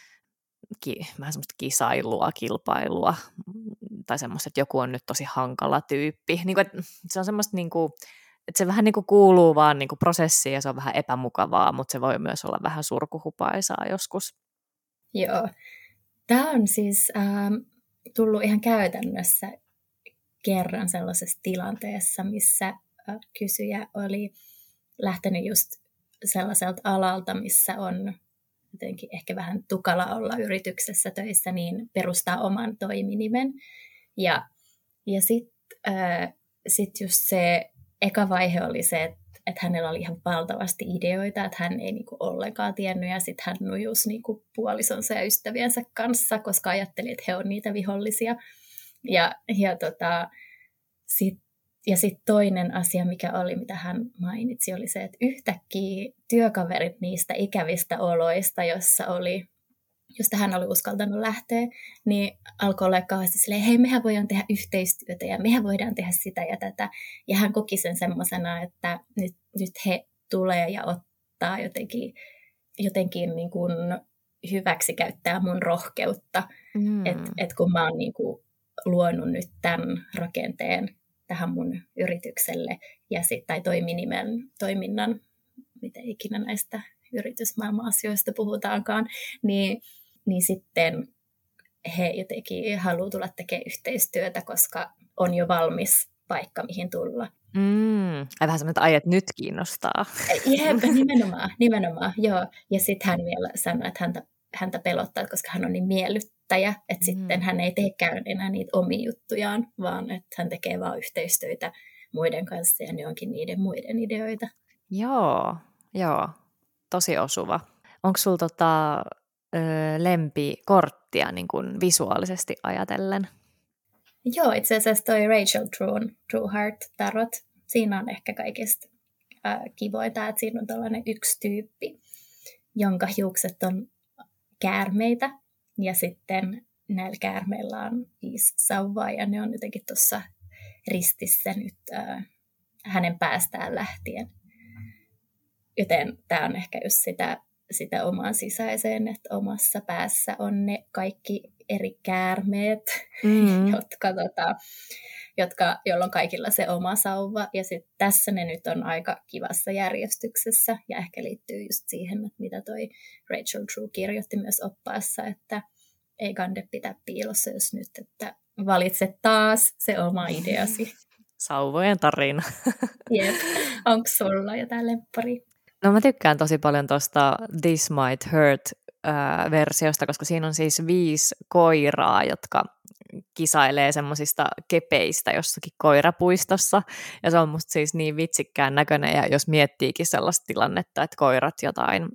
ki, vähän semmoista kisailua, kilpailua, tai semmoista, että joku on nyt tosi hankala tyyppi. Niin kuin, että se on semmoista niin kuin, että se vähän niin kuin kuuluu vaan niin kuin prosessiin ja se on vähän epämukavaa, mutta se voi myös olla vähän surkuhupaisaa joskus. Joo. Tämä on siis ähm, tullut ihan käytännössä kerran sellaisessa tilanteessa, missä äh, kysyjä oli lähtenyt just sellaiselta alalta, missä on jotenkin ehkä vähän tukala olla yrityksessä töissä, niin perustaa oman toiminimen. Ja, ja sitten äh, sit just se eka vaihe oli se, että, että hänellä oli ihan valtavasti ideoita, että hän ei niinku ollenkaan tiennyt, ja sitten hän nujusi niinku puolisonsa ja ystäviensä kanssa, koska ajatteli, että he on niitä vihollisia. Ja, ja, tota, sit, ja sitten toinen asia, mikä oli, mitä hän mainitsi, oli se, että yhtäkkiä työkaverit niistä ikävistä oloista, jossa oli, josta hän oli uskaltanut lähteä, niin alkoi olla kauheasti silleen, hei, mehän voidaan tehdä yhteistyötä ja mehän voidaan tehdä sitä ja tätä. Ja hän koki sen semmoisena, että nyt, nyt he tulee ja ottaa jotenkin, jotenkin niin kuin hyväksi käyttää mun rohkeutta. Mm. Että et kun mä oon niin kuin luonut nyt tämän rakenteen tähän mun yritykselle ja sit, tai toiminimen, toiminnan, miten ikinä näistä yritysmaailman asioista puhutaankaan, niin niin sitten he jotenkin haluaa tulla tekemään yhteistyötä, koska on jo valmis paikka, mihin tulla. Mm, ai vähän semmoinen, että ai, että nyt kiinnostaa. Jep, nimenomaan, nimenomaan, joo. Ja sitten hän vielä sanoi, että häntä, häntä pelottaa, koska hän on niin miellyttäjä, että mm. sitten hän ei teekään enää niitä omia juttujaan, vaan että hän tekee vaan yhteistyötä muiden kanssa ja ne onkin niiden muiden ideoita. Joo, joo, tosi osuva. Onko sulla tota lempikorttia niin kuin visuaalisesti ajatellen? Joo, itse asiassa toi Rachel Truen True Heart Tarot, siinä on ehkä kaikista äh, kivoita, että siinä on tällainen yksi tyyppi, jonka hiukset on käärmeitä, ja sitten näillä käärmeillä on viisi sauvaa, ja ne on jotenkin tuossa ristissä nyt äh, hänen päästään lähtien. Joten tämä on ehkä just sitä, sitä oman sisäiseen, että omassa päässä on ne kaikki eri käärmeet, mm. jotka, tota, jotka, joilla on kaikilla se oma sauva. Ja sitten tässä ne nyt on aika kivassa järjestyksessä ja ehkä liittyy just siihen, että mitä toi Rachel True kirjoitti myös oppaassa, että ei kande pitää piilossa, jos nyt, että valitse taas se oma ideasi. Sauvojen tarina. Jep. Onko sulla jotain lemppari? No mä tykkään tosi paljon tuosta This Might Hurt-versiosta, koska siinä on siis viisi koiraa, jotka kisailee semmoisista kepeistä jossakin koirapuistossa. Ja se on musta siis niin vitsikkään näköinen, ja jos miettiikin sellaista tilannetta, että koirat jotain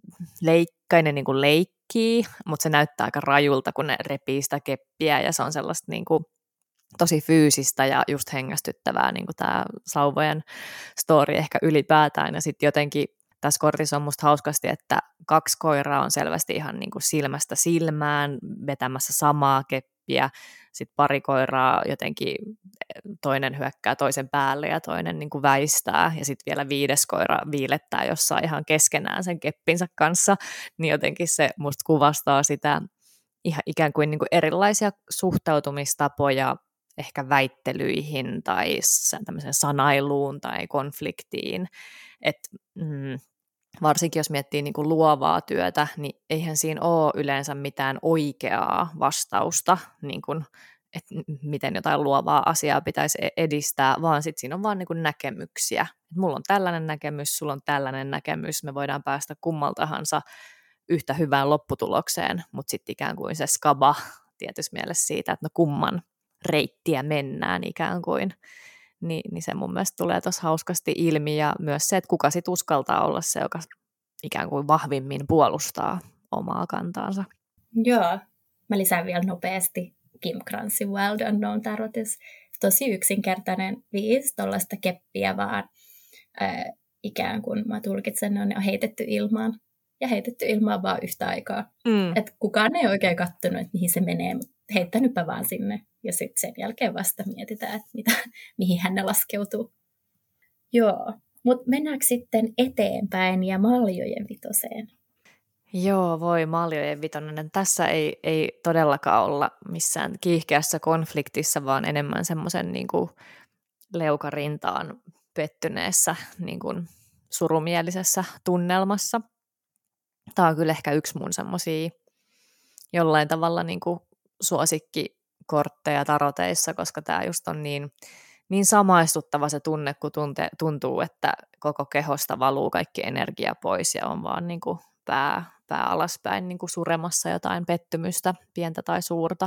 leikkainen niin kuin leikkii, mutta se näyttää aika rajulta, kun ne repii sitä keppiä, ja se on sellaista niin kuin tosi fyysistä ja just hengästyttävää, niin kuin tämä sauvojen story ehkä ylipäätään. Ja sitten jotenkin tässä kortissa on musta hauskasti, että kaksi koiraa on selvästi ihan niin kuin silmästä silmään vetämässä samaa keppiä. Sitten pari koiraa jotenkin toinen hyökkää toisen päälle ja toinen niin kuin väistää. Ja sitten vielä viides koira viilettää jossain ihan keskenään sen keppinsä kanssa. Niin jotenkin se musta kuvastaa sitä ihan ikään kuin, niin kuin erilaisia suhtautumistapoja ehkä väittelyihin tai tämmöiseen sanailuun tai konfliktiin. Et, mm, varsinkin jos miettii niin kuin luovaa työtä, niin eihän siinä ole yleensä mitään oikeaa vastausta, niin kuin, että miten jotain luovaa asiaa pitäisi edistää, vaan sitten siinä on vaan niin kuin näkemyksiä. Et mulla on tällainen näkemys, sulla on tällainen näkemys, me voidaan päästä kummaltahansa yhtä hyvään lopputulokseen, mutta sitten ikään kuin se skaba tietysti mielessä siitä, että no kumman reittiä mennään ikään kuin, Ni, niin se mun mielestä tulee tuossa hauskasti ilmi, ja myös se, että kuka sit uskaltaa olla se, joka ikään kuin vahvimmin puolustaa omaa kantaansa. Joo, mä lisään vielä nopeasti Kim Krantzin Wild Unknown Tarotis. Tosi yksinkertainen viisi, tuollaista keppiä vaan äh, ikään kuin mä tulkitsen, ne on heitetty ilmaan. Ja heitetty ilmaan vaan yhtä aikaa. Mm. Et kukaan ei oikein katsonut, että mihin se menee, mutta heittänytpä vaan sinne. Ja sitten sen jälkeen vasta mietitään, että mitä, mihin hän ne laskeutuu. Joo, mutta mennäänkö sitten eteenpäin ja Maljojen vitoseen? Joo, voi Maljojen vitonen. Tässä ei, ei todellakaan olla missään kiihkeässä konfliktissa, vaan enemmän semmoisen niin kuin leukarintaan pettyneessä niin kuin surumielisessä tunnelmassa. Tämä on kyllä ehkä yksi mun semmoisia jollain tavalla niin kuin suosikkikortteja taroteissa, koska tämä just on niin, niin samaistuttava se tunne, kun tunte, tuntuu, että koko kehosta valuu kaikki energia pois ja on vaan niin kuin pää, pää alaspäin niin kuin suremassa jotain pettymystä, pientä tai suurta.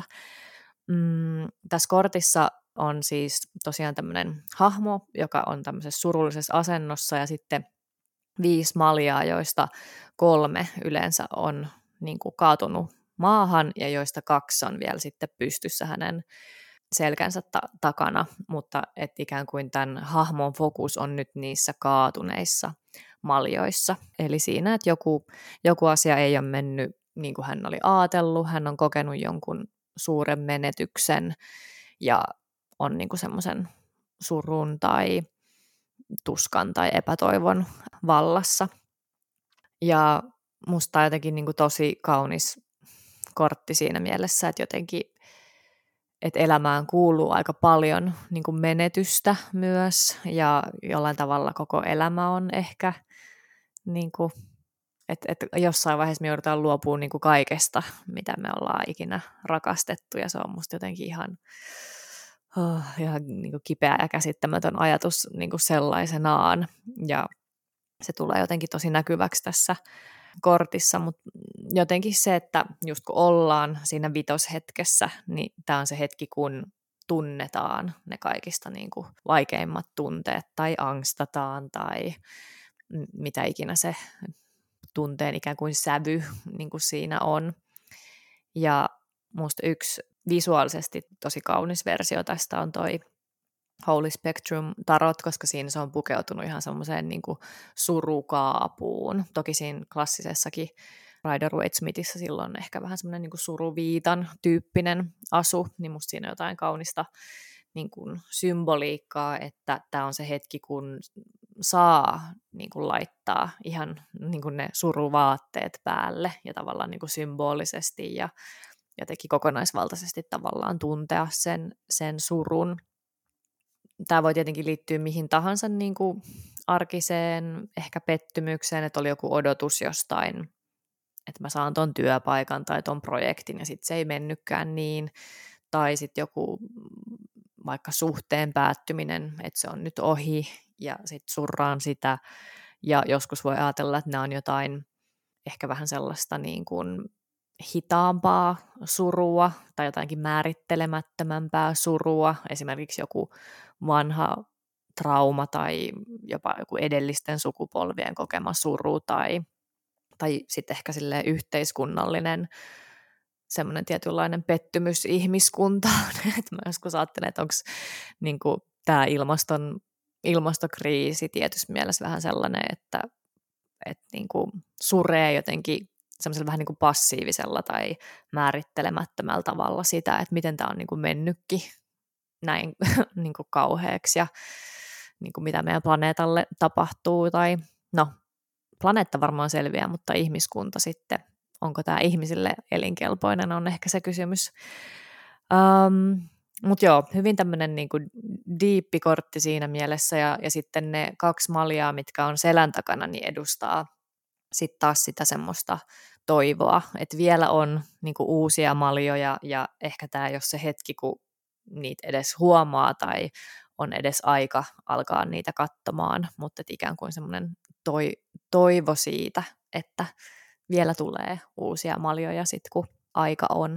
Mm, tässä kortissa on siis tosiaan tämmöinen hahmo, joka on tämmöisessä surullisessa asennossa, ja sitten viisi maljaa, joista kolme yleensä on niin kuin kaatunut maahan ja joista kaksi on vielä sitten pystyssä hänen selkänsä ta- takana, mutta et ikään kuin tämän hahmon fokus on nyt niissä kaatuneissa maljoissa. Eli siinä, että joku, joku asia ei ole mennyt niin kuin hän oli ajatellut, hän on kokenut jonkun suuren menetyksen ja on niin kuin semmoisen surun tai tuskan tai epätoivon vallassa. Ja musta on jotenkin niin kuin tosi kaunis kortti siinä mielessä, että jotenkin että elämään kuuluu aika paljon niin kuin menetystä myös, ja jollain tavalla koko elämä on ehkä, niin kuin, että, että jossain vaiheessa me joudutaan luopumaan niin kuin kaikesta, mitä me ollaan ikinä rakastettu, ja se on musta jotenkin ihan Oh, ihan niin kuin kipeä ja käsittämätön ajatus niin kuin sellaisenaan, ja se tulee jotenkin tosi näkyväksi tässä kortissa, mutta jotenkin se, että just kun ollaan siinä vitoshetkessä, niin tämä on se hetki, kun tunnetaan ne kaikista niin kuin vaikeimmat tunteet tai angstataan tai mitä ikinä se tunteen ikään kuin sävy niin kuin siinä on. Ja musta yksi visuaalisesti tosi kaunis versio tästä on toi Holy Spectrum tarot, koska siinä se on pukeutunut ihan semmoiseen niin kuin surukaapuun. Toki siinä klassisessakin Rider-Waite-Smithissä silloin ehkä vähän semmoinen niin kuin suruviitan tyyppinen asu, niin musta siinä on jotain kaunista niin kuin symboliikkaa, että tämä on se hetki, kun saa niin kuin laittaa ihan niin kuin ne suruvaatteet päälle ja tavallaan niin kuin symbolisesti ja jotenkin kokonaisvaltaisesti tavallaan tuntea sen, sen surun. Tämä voi tietenkin liittyä mihin tahansa niin kuin arkiseen, ehkä pettymykseen, että oli joku odotus jostain, että mä saan ton työpaikan tai ton projektin ja sitten se ei mennytkään niin, tai sitten joku vaikka suhteen päättyminen, että se on nyt ohi ja sitten surraan sitä ja joskus voi ajatella, että nämä on jotain ehkä vähän sellaista niin kuin hitaampaa surua tai jotainkin määrittelemättömämpää surua, esimerkiksi joku vanha trauma tai jopa joku edellisten sukupolvien kokema suru tai, tai sitten ehkä silleen yhteiskunnallinen semmoinen tietynlainen pettymys ihmiskuntaan. Että mä joskus ajattelen, että onko niin kuin tämä ilmaston, ilmastokriisi tietysti mielessä vähän sellainen, että, että niin kuin suree jotenkin semmoisella vähän niin kuin passiivisella tai määrittelemättömällä tavalla sitä, että miten tämä on niin kuin mennytkin näin niin kuin kauheaksi ja niin kuin mitä meidän planeetalle tapahtuu. Tai, no, planeetta varmaan selviää, mutta ihmiskunta sitten, onko tämä ihmisille elinkelpoinen, on ehkä se kysymys. Um, Mutta joo, hyvin tämmöinen niinku diippikortti siinä mielessä ja, ja sitten ne kaksi maljaa, mitkä on selän takana, niin edustaa sitten taas sitä semmoista toivoa, että vielä on niinku uusia maljoja ja ehkä tämä ei ole se hetki, kun niitä edes huomaa tai on edes aika alkaa niitä katsomaan, mutta ikään kuin semmoinen toi, toivo siitä, että vielä tulee uusia maljoja sitten, kun aika on.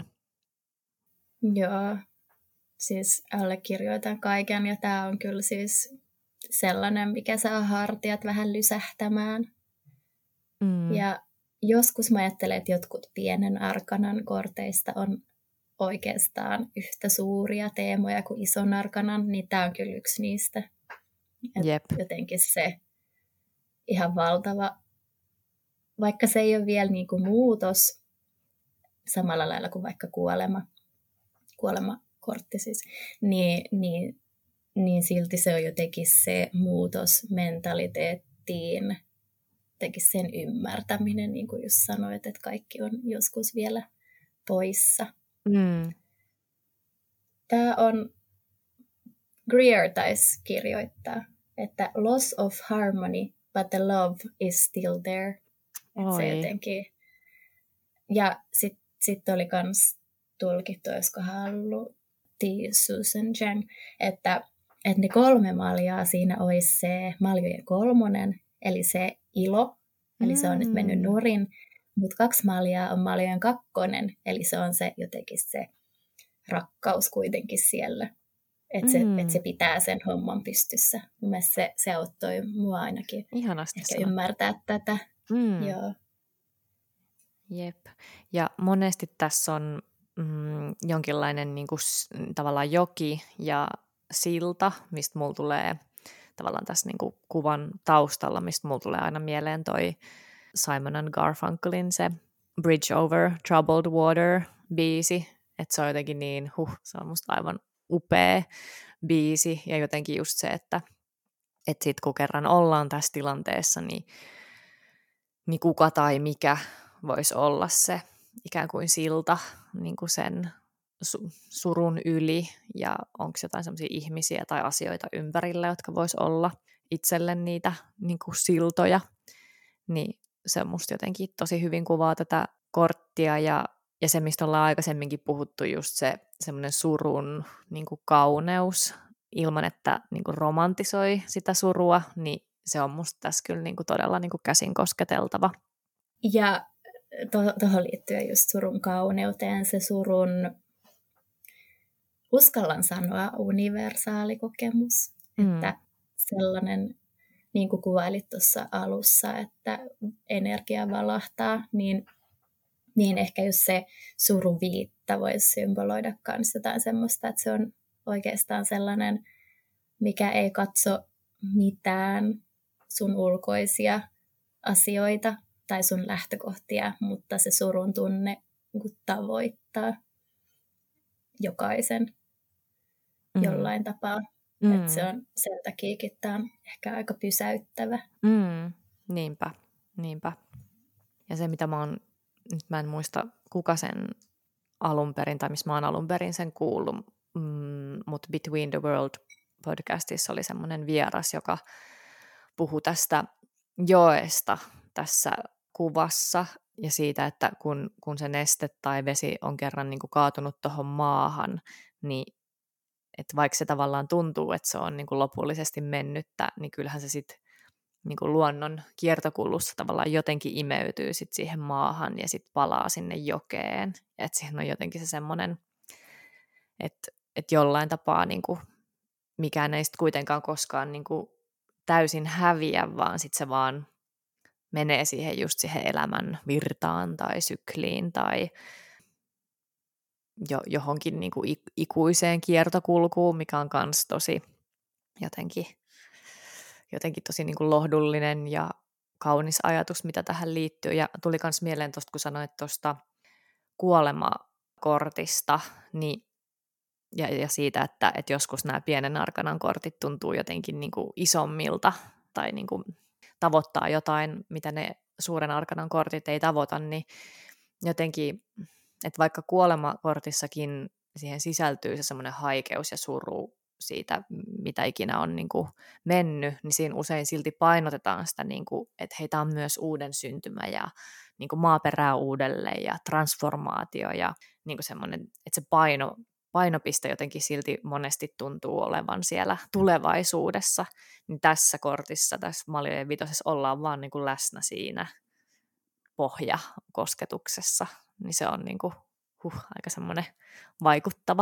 Joo, siis allekirjoitan kaiken ja tämä on kyllä siis sellainen, mikä saa hartiat vähän lysähtämään. Mm. Ja joskus mä ajattelen, että jotkut pienen arkanan korteista on oikeastaan yhtä suuria teemoja kuin ison arkanan, niin tämä on kyllä yksi niistä. Jep. Jotenkin se ihan valtava, vaikka se ei ole vielä niin kuin muutos samalla lailla kuin vaikka kuolema, kuolemakortti siis, niin, niin, niin silti se on jotenkin se muutos mentaliteettiin, jotenkin sen ymmärtäminen, niin kuin just sanoit, että kaikki on joskus vielä poissa. Mm. Tämä on, Greer taisi kirjoittaa, että loss of harmony, but the love is still there. Se jotenkin. Ja sitten sit oli myös tulkittu, olisikohan ollut T. Susan Chang, että, että ne kolme maljaa siinä olisi se maljojen kolmonen, eli se ilo, eli se on nyt mennyt nurin, mutta kaksi maljaa on maljojen kakkonen, eli se on se jotenkin se rakkaus kuitenkin siellä, että se, mm. et se pitää sen homman pystyssä. Mun mielestä se, se auttoi mua ainakin ihanasti ehkä ymmärtää tätä. Mm. Joo. Jep. Ja monesti tässä on mm, jonkinlainen niin kuin, tavallaan joki ja silta, mistä mulla tulee tavallaan tässä niin kuin, kuvan taustalla, mistä mulla tulee aina mieleen toi Simon and Garfunkelin se Bridge Over Troubled Water -biisi, että se on jotenkin niin, huh, se on musta aivan upea biisi ja jotenkin just se, että et sit kun kerran ollaan tässä tilanteessa, niin, niin kuka tai mikä voisi olla se ikään kuin silta niin kuin sen su- surun yli ja onko jotain sellaisia ihmisiä tai asioita ympärillä, jotka vois olla itselle niitä niin kuin siltoja, niin se on musta jotenkin tosi hyvin kuvaa tätä korttia ja, ja se, mistä ollaan aikaisemminkin puhuttu, just se semmoinen surun niin kuin kauneus ilman, että niin kuin romantisoi sitä surua, niin se on musta tässä kyllä niin kuin todella niin kuin käsin kosketeltava. Ja tuohon to- liittyen just surun kauneuteen, se surun, uskallan sanoa, universaali kokemus, mm. että sellainen, niin kuin kuvailit tuossa alussa, että energia valahtaa, niin, niin ehkä just se suruviitta voisi symboloida myös jotain semmoista, että se on oikeastaan sellainen, mikä ei katso mitään sun ulkoisia asioita tai sun lähtökohtia, mutta se surun tunne niin tavoittaa jokaisen. mm. jollain tapaa. Mm. Että se on sen takiakin tämä on ehkä aika pysäyttävä. Mm. Niinpä, niinpä. Ja se, mitä mä oon, nyt mä en muista kuka sen alun perin, tai missä mä oon alun perin sen kuullut, mm, mutta Between the World podcastissa oli semmoinen vieras, joka puhui tästä joesta tässä kuvassa ja siitä, että kun, kun se neste tai vesi on kerran niin kuin kaatunut tuohon maahan, niin että vaikka se tavallaan tuntuu, että se on niin kuin lopullisesti mennyttä, niin kyllähän se sitten niin kuin luonnon kiertokulussa tavallaan jotenkin imeytyy sit siihen maahan ja sitten palaa sinne jokeen. Että siihen on jotenkin se semmoinen, että, että jollain tapaa niin kuin mikään ei sitten kuitenkaan koskaan niin kuin täysin häviä, vaan sitten se vaan menee siihen just siihen elämän virtaan tai sykliin tai jo, johonkin niin kuin ikuiseen kiertokulkuun, mikä on myös tosi jotenkin, jotenkin tosi niin kuin lohdullinen ja kaunis ajatus, mitä tähän liittyy. Ja tuli myös mieleen tuosta, kun sanoit tuosta kuolemakortista, niin Ja, ja siitä, että, että joskus nämä pienen arkanan kortit tuntuu jotenkin niin kuin isommilta tai niin kuin tavoittaa jotain, mitä ne suuren arkanan kortit ei tavoita, niin jotenkin, että vaikka kuolemakortissakin siihen sisältyy se semmoinen haikeus ja suru siitä, mitä ikinä on niin kuin mennyt, niin siinä usein silti painotetaan sitä, niin kuin, että hei, tämä on myös uuden syntymä ja niin kuin maaperää uudelleen ja transformaatio ja niin kuin semmoinen, että se paino painopiste jotenkin silti monesti tuntuu olevan siellä tulevaisuudessa, niin tässä kortissa, tässä Maljojen vitosessa ollaan vaan niin kuin läsnä siinä pohjakosketuksessa, niin se on niin kuin, huh, aika semmoinen vaikuttava.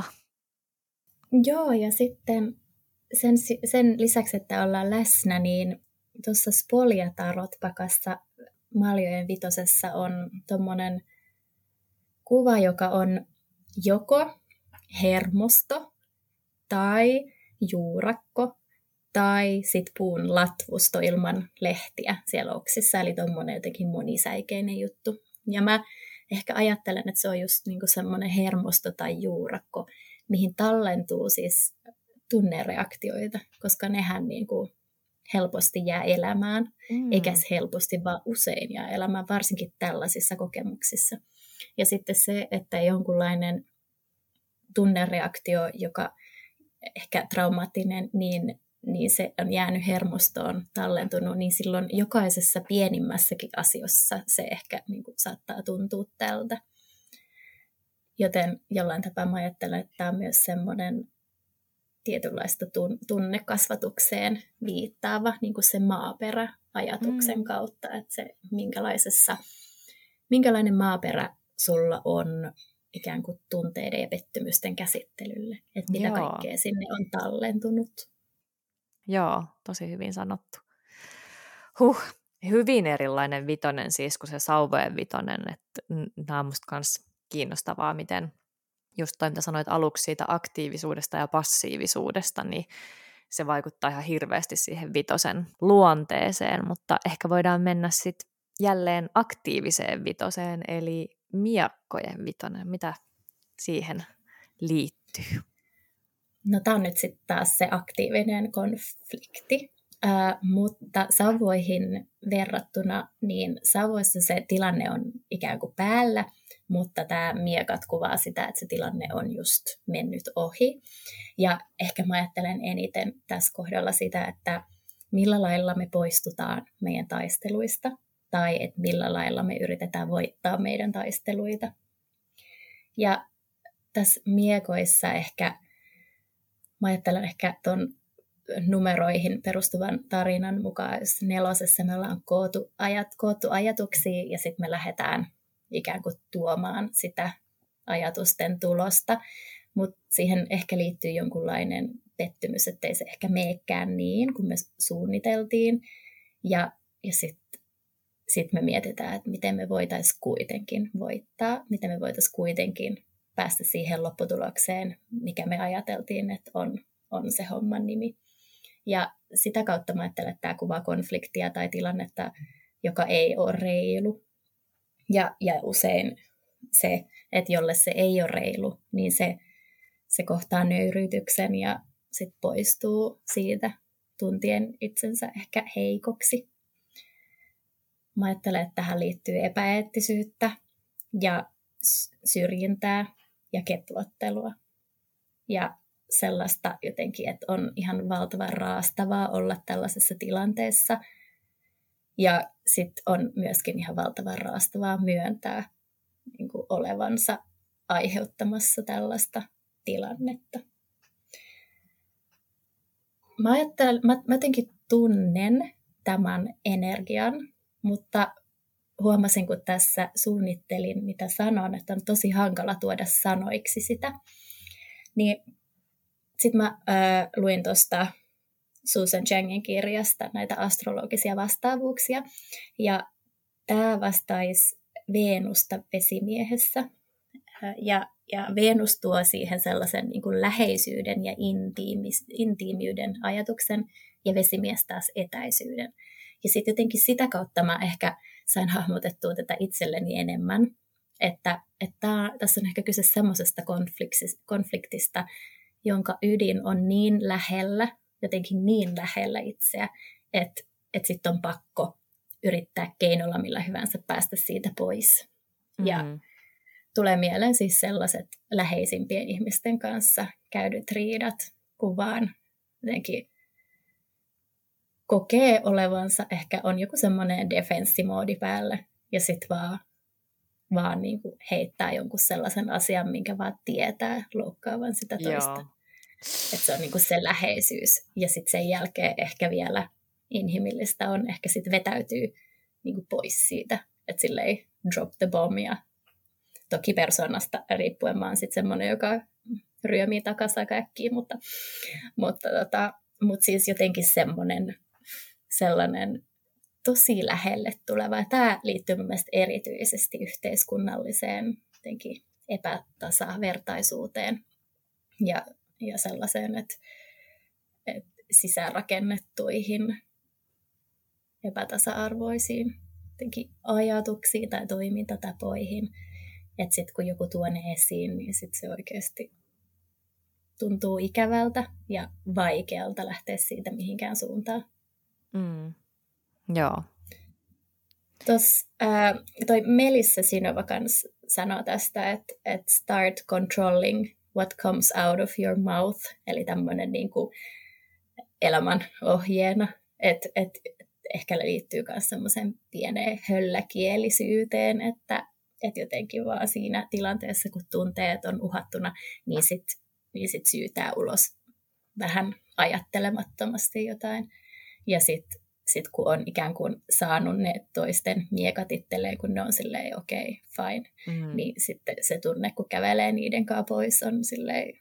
Joo, ja sitten sen, sen lisäksi, että ollaan läsnä, niin tuossa Spoljattarot-pakassa Maljojen vitosessa on tuommoinen kuva, joka on joko hermosto tai juurakko tai sit puun latvusto ilman lehtiä siellä oksissa, eli tuommoinen jotenkin monisäikeinen juttu. Ja mä ehkä ajattelen, että se on just niinku semmoinen hermosto tai juurakko, mihin tallentuu siis tunnereaktioita, koska nehän niinku helposti jää elämään, mm. eikä helposti, vaan usein jää elämään, varsinkin tällaisissa kokemuksissa. Ja sitten se, että jonkunlainen tunnereaktio, joka ehkä traumaattinen, niin, niin se on jäänyt hermostoon tallentunut, niin silloin jokaisessa pienimmässäkin asiassa se ehkä niin kuin, saattaa tuntua tältä. Joten jollain tapaa mä ajattelen, että tämä on myös semmoinen tietynlaista tunnekasvatukseen viittaava, niin kuin se maaperä ajatuksen mm. kautta, että se minkälaisessa, minkälainen maaperä sulla on ikään kuin tunteiden ja pettymysten käsittelylle, että mitä Joo. kaikkea sinne on tallentunut. Joo, tosi hyvin sanottu. Huh, hyvin erilainen vitonen siis kuin se sauvojen vitonen, että nämä on musta myös kiinnostavaa, miten just toi, mitä sanoit aluksi siitä aktiivisuudesta ja passiivisuudesta, niin se vaikuttaa ihan hirveästi siihen vitosen luonteeseen, mutta ehkä voidaan mennä sitten jälleen aktiiviseen vitoseen, eli miekkojen vitonen. Mitä siihen liittyy? No tämä on nyt sitten taas se aktiivinen konflikti, äh, mutta sauvoihin verrattuna, niin sauvoissa se tilanne on ikään kuin päällä, mutta tämä miekat kuvaa sitä, että se tilanne on just mennyt ohi. Ja ehkä mä ajattelen eniten tässä kohdalla sitä, että millä lailla me poistutaan meidän taisteluista, tai että millä lailla me yritetään voittaa meidän taisteluita. Ja tässä miekoissa ehkä, mä ajattelen ehkä tuon numeroihin perustuvan tarinan mukaan, jos nelosessa me ollaan koottu, ajat, koottu ajatuksia ja sitten me lähdetään ikään kuin tuomaan sitä ajatusten tulosta, mutta siihen ehkä liittyy jonkunlainen pettymys, ettei se ehkä meekään niin, kun me suunniteltiin, ja, ja sitten sit me mietitään, että miten me voitaisiin kuitenkin voittaa, miten me voitaisiin kuitenkin päästä siihen lopputulokseen, mikä me ajateltiin, että on, on se homman nimi. Ja sitä kautta mä ajattelen, että tämä kuvaa konfliktia tai tilannetta, joka ei ole reilu. Ja, ja usein se, että jolle se ei ole reilu, niin se, se kohtaa nöyryytyksen ja sitten poistuu siitä tuntien itsensä ehkä heikoksi. Mä ajattelen, että tähän liittyy epäeettisyyttä ja syrjintää ja keplottelua. Ja sellaista jotenkin, että on ihan valtavan raastavaa olla tällaisessa tilanteessa. Ja sitten on myöskin ihan valtavan raastavaa myöntää niin kuin olevansa aiheuttamassa tällaista tilannetta. Mä, ajattelen, mä, mä jotenkin tunnen tämän energian, mutta huomasin, kun tässä suunnittelin, mitä sanon, että on tosi hankala tuoda sanoiksi sitä. Niin sitten mä äh, luin tuosta Susan Changin kirjasta näitä astrologisia vastaavuuksia. Ja tämä vastaisi Venusta vesimiehessä. Ja, ja Venus tuo siihen sellaisen niin kuin läheisyyden ja intiimis, intiimiyden ajatuksen, ja vesimies taas etäisyyden. Ja sitten jotenkin sitä kautta mä ehkä sain hahmotettua tätä itselleni enemmän, että, että tässä on ehkä kyse semmoisesta konfliktista, jonka ydin on niin lähellä, jotenkin niin lähellä itseä, että, että sitten on pakko yrittää keinolla millä hyvänsä päästä siitä pois. Mm-hmm. Ja tulee mieleen siis sellaiset läheisimpien ihmisten kanssa käydyt riidat, kun vaan jotenkin kokee olevansa, ehkä on joku semmoinen defenssimoodi päällä, ja sitten vaan, vaan niin kuin heittää jonkun sellaisen asian, minkä vaan tietää loukkaavan sitä toista. Että se on niin kuin se läheisyys. Ja sitten sen jälkeen ehkä vielä inhimillistä on ehkä sitten vetäytyy niin kuin pois siitä, että silleen drop the bomb. Ja toki persoonasta riippuen mä oon sitten semmoinen, joka ryömii takaisin aika äkkiä, mutta, mutta, tota, mutta siis jotenkin semmoinen sellainen tosi lähelle tuleva. Tämä liittyy mun mielestä erityisesti yhteiskunnalliseen jotenkin epätasavertaisuuteen ja, ja sellaiseen, että, että sisäänrakennettuihin epätasa-arvoisiin jotenkin ajatuksiin tai toimintatapoihin. Että sitten kun joku tuo ne esiin, niin sitten se oikeasti tuntuu ikävältä ja vaikealta lähteä siitä mihinkään suuntaan. Mm. Joo. Tuossa äh, toi Melissa Sinova kans sanoo tästä, että et start controlling what comes out of your mouth, eli tämmöinen niinku elämän ohjeena, että et, ehkä liittyy myös semmoisen pieneen hölläkielisyyteen, että et jotenkin vaan siinä tilanteessa, kun tunteet on uhattuna, niin sitten niin sit syytää ulos vähän ajattelemattomasti jotain. Ja sitten sit kun on ikään kuin saanut ne toisten miekat itselleen, kun ne on silleen okei, okay, fine, mm. niin sitten se tunne, kun kävelee niiden kanssa pois, on silleen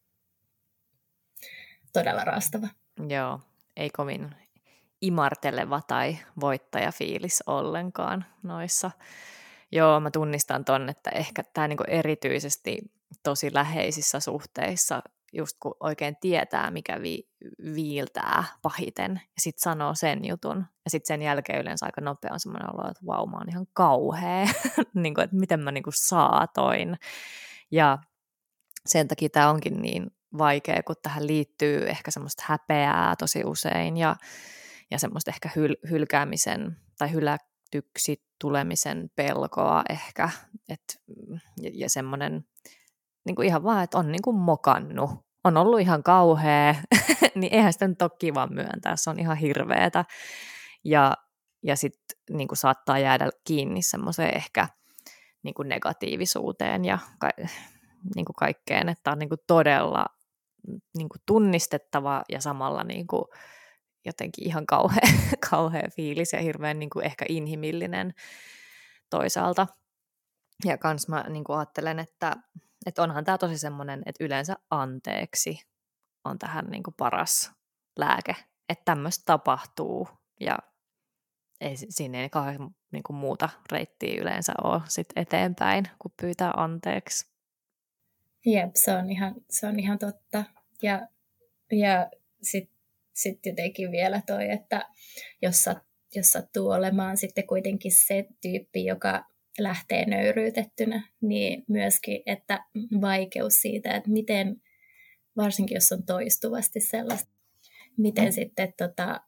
todella raastava. Joo, ei kovin imarteleva tai voittajafiilis ollenkaan noissa. Joo, mä tunnistan ton, että ehkä tämä niinku erityisesti tosi läheisissä suhteissa, just kun oikein tietää, mikä vi- viiltää pahiten, ja sitten sanoo sen jutun, ja sitten sen jälkeen yleensä aika nopea on semmoinen olo, että vau, mä oon ihan kauhea, niin kuin, että miten mä niin kuin saatoin. Ja sen takia tämä onkin niin vaikea, kun tähän liittyy ehkä semmoista häpeää tosi usein, ja, ja semmoista ehkä hyl- hylkäämisen tai hylätyksi tulemisen pelkoa ehkä, et, ja, ja semmoinen niin kuin ihan vaan, että on niin kuin mokannut, on ollut ihan kauhea, niin eihän sitä nyt ole kiva myöntää, se on ihan hirveetä. Ja, ja sitten niin kuin saattaa jäädä kiinni semmoiseen ehkä niin kuin negatiivisuuteen ja ka- niin kuin kaikkeen, että on niin kuin todella niin kuin tunnistettava ja samalla niin kuin jotenkin ihan kauhea, kauhea fiilis ja hirveän niin kuin ehkä inhimillinen toisaalta. Ja kans mä niin kuin ajattelen, että että onhan tämä tosi semmoinen, että yleensä anteeksi on tähän niin kuin paras lääke. Että tämmöistä tapahtuu ja ei, siinä ei kauhean niin kuin muuta reittiä yleensä ole sit eteenpäin, kun pyytää anteeksi. Jep, se on ihan, se on ihan totta. Ja, ja sitten sit jotenkin vielä toi, että jos, sat, jos sattuu olemaan sitten kuitenkin se tyyppi, joka lähtee nöyryytettynä, niin myöskin, että vaikeus siitä, että miten, varsinkin jos on toistuvasti sellaista, miten mm. sitten tota,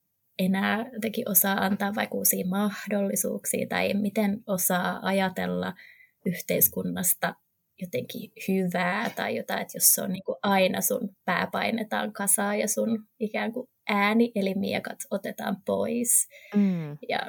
enää jotenkin osaa antaa vaikka uusia mahdollisuuksia tai miten osaa ajatella yhteiskunnasta jotenkin hyvää tai jotain, että jos se on niin kuin aina sun pää painetaan kasaan ja sun ikään kuin ääni eli miekat otetaan pois. Mm. Ja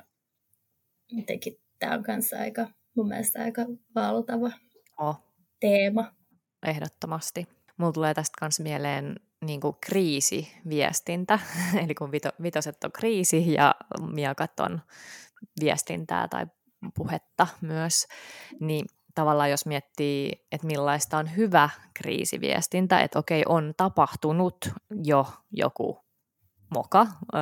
jotenkin tämä on kanssa aika, mun mielestä aika valtava oh. teema. Ehdottomasti. Mulla tulee tästä kanssa mieleen niin kuin kriisiviestintä, eli kun vito, vitoset on kriisi ja miakat on viestintää tai puhetta myös, niin tavallaan jos miettii, että millaista on hyvä kriisiviestintä, että okei, on tapahtunut jo joku moka, öö,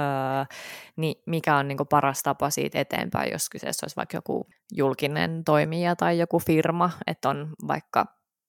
niin mikä on niin kuin paras tapa siitä eteenpäin, jos kyseessä olisi vaikka joku julkinen toimija tai joku firma, että on vaikka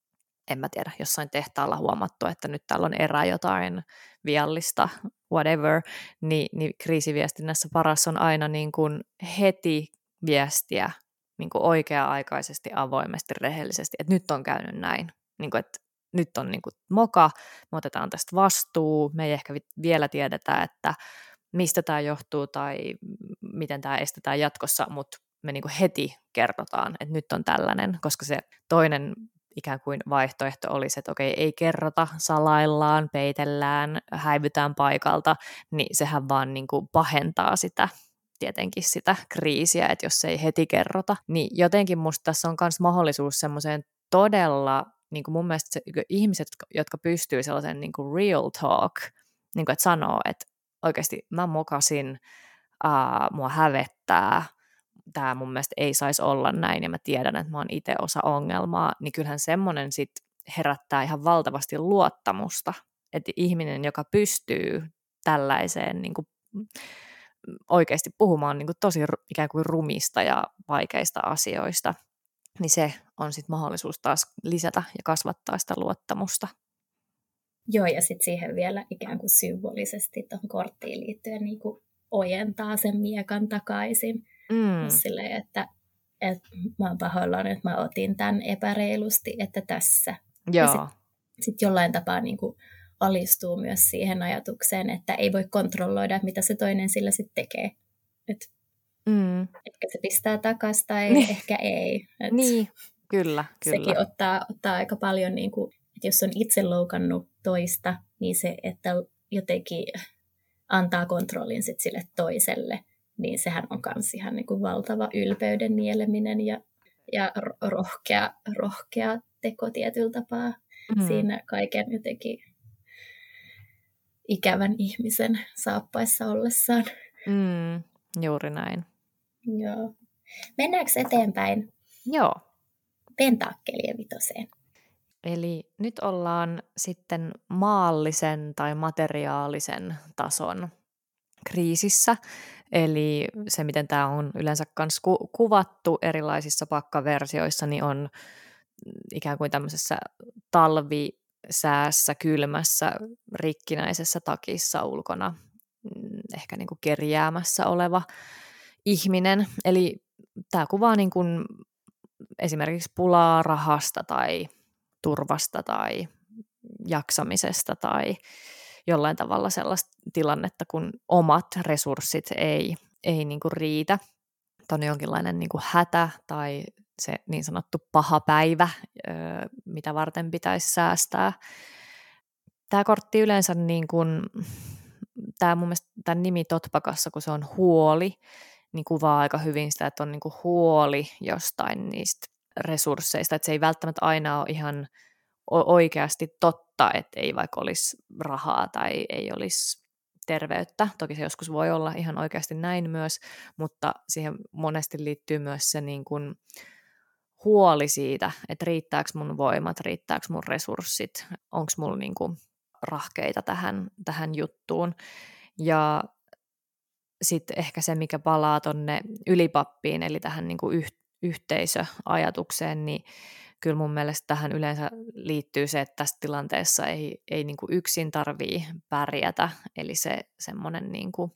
en mä tiedä, jossain tehtaalla huomattu, että nyt täällä on erä jotain viallista, whatever, niin, niin kriisiviestinnässä paras on aina niin kuin heti viestiä niin kuin oikea-aikaisesti, avoimesti, rehellisesti, että nyt on käynyt näin, niin kuin, että nyt on niin kuin moka, me otetaan tästä vastuu, me ei ehkä vielä tiedetä, että mistä tämä johtuu tai miten tämä estetään jatkossa, mutta me niin kuin heti kerrotaan, että nyt on tällainen, koska se toinen ikään kuin vaihtoehto olisi, että okei, ei kerrota, salaillaan, peitellään, häivytään paikalta, niin sehän vaan niin kuin pahentaa sitä, tietenkin sitä kriisiä, että jos ei heti kerrota. Niin jotenkin musta tässä on myös mahdollisuus semmoiseen todella, niin kuin mun mielestä se, ihmiset, jotka pystyy sellaisen niin kuin real talk, niin kuin että sanoo, että oikeasti mä mokasin, ää, mua hävettää, tämä mun mielestä ei saisi olla näin, ja mä tiedän, että mä oon itse osa ongelmaa, niin kyllähän semmoinen sit herättää ihan valtavasti luottamusta, että ihminen, joka pystyy tällaiseen niin kuin oikeasti puhumaan niin kuin tosi ikään kuin rumista ja vaikeista asioista, niin se on sitten mahdollisuus taas lisätä ja kasvattaa sitä luottamusta. Joo, ja sitten siihen vielä ikään kuin symbolisesti tuohon korttiin liittyen niin kuin ojentaa sen miekan takaisin. Mm. Silleen, että, että mä oon pahoillani, että mä otin tämän epäreilusti, että tässä. Joo. Ja sitten sit jollain tapaa niin kuin alistuu myös siihen ajatukseen, että ei voi kontrolloida, mitä se toinen sillä sitten tekee. Et mm. Ehkä se pistää takaisin tai niin. Ehkä ei. Et niin, kyllä, kyllä. Sekin ottaa, ottaa aika paljon, niin kuin, että jos on itse loukannut toista, niin se, että jotenkin antaa kontrollin sit sille toiselle, niin sehän on myös ihan niin kuin valtava ylpeyden nieleminen ja, ja rohkea, rohkea teko tietyllä tapaa mm. siinä kaiken jotenkin ikävän ihmisen saappaissa ollessaan. Mm, juuri näin. Joo. Mennäänkö eteenpäin? Joo. Pentakkelien vitoseen. Eli nyt ollaan sitten maallisen tai materiaalisen tason kriisissä. Eli se, miten tämä on yleensä myös ku- kuvattu erilaisissa pakkaversioissa, niin on ikään kuin tämmöisessä talvisäässä, kylmässä, rikkinäisessä takissa ulkona, ehkä niin kuin kerjäämässä oleva ihminen. Eli tämä kuvaa niin kuin esimerkiksi pulaa rahasta tai turvasta tai jaksamisesta tai jollain tavalla sellaista tilannetta, kun omat resurssit ei, ei niin kuin riitä. Tämä on jonkinlainen niin kuin hätä tai se niin sanottu paha päivä, mitä varten pitäisi säästää. Tämä kortti yleensä, niin kuin, tämä mun mielestä tämän nimi Totpakassa, kun se on huoli, niin kuvaa aika hyvin sitä, että on niin kuin huoli jostain niistä resursseista, että se ei välttämättä aina ole ihan oikeasti totta, että ei vaikka olisi rahaa tai ei olisi terveyttä. Toki se joskus voi olla ihan oikeasti näin myös, mutta siihen monesti liittyy myös se niin kuin huoli siitä, että riittääkö mun voimat, riittääkö mun resurssit, onko mulla niin kuin rahkeita tähän, tähän juttuun. Ja sitten ehkä se, mikä palaa tonne ylipappiin, eli tähän niin kuin yh- yhteisöajatukseen, niin kyllä mun mielestä tähän yleensä liittyy se, että tässä tilanteessa ei, ei niin kuin yksin tarvii pärjätä, eli se semmoinen, niin kuin,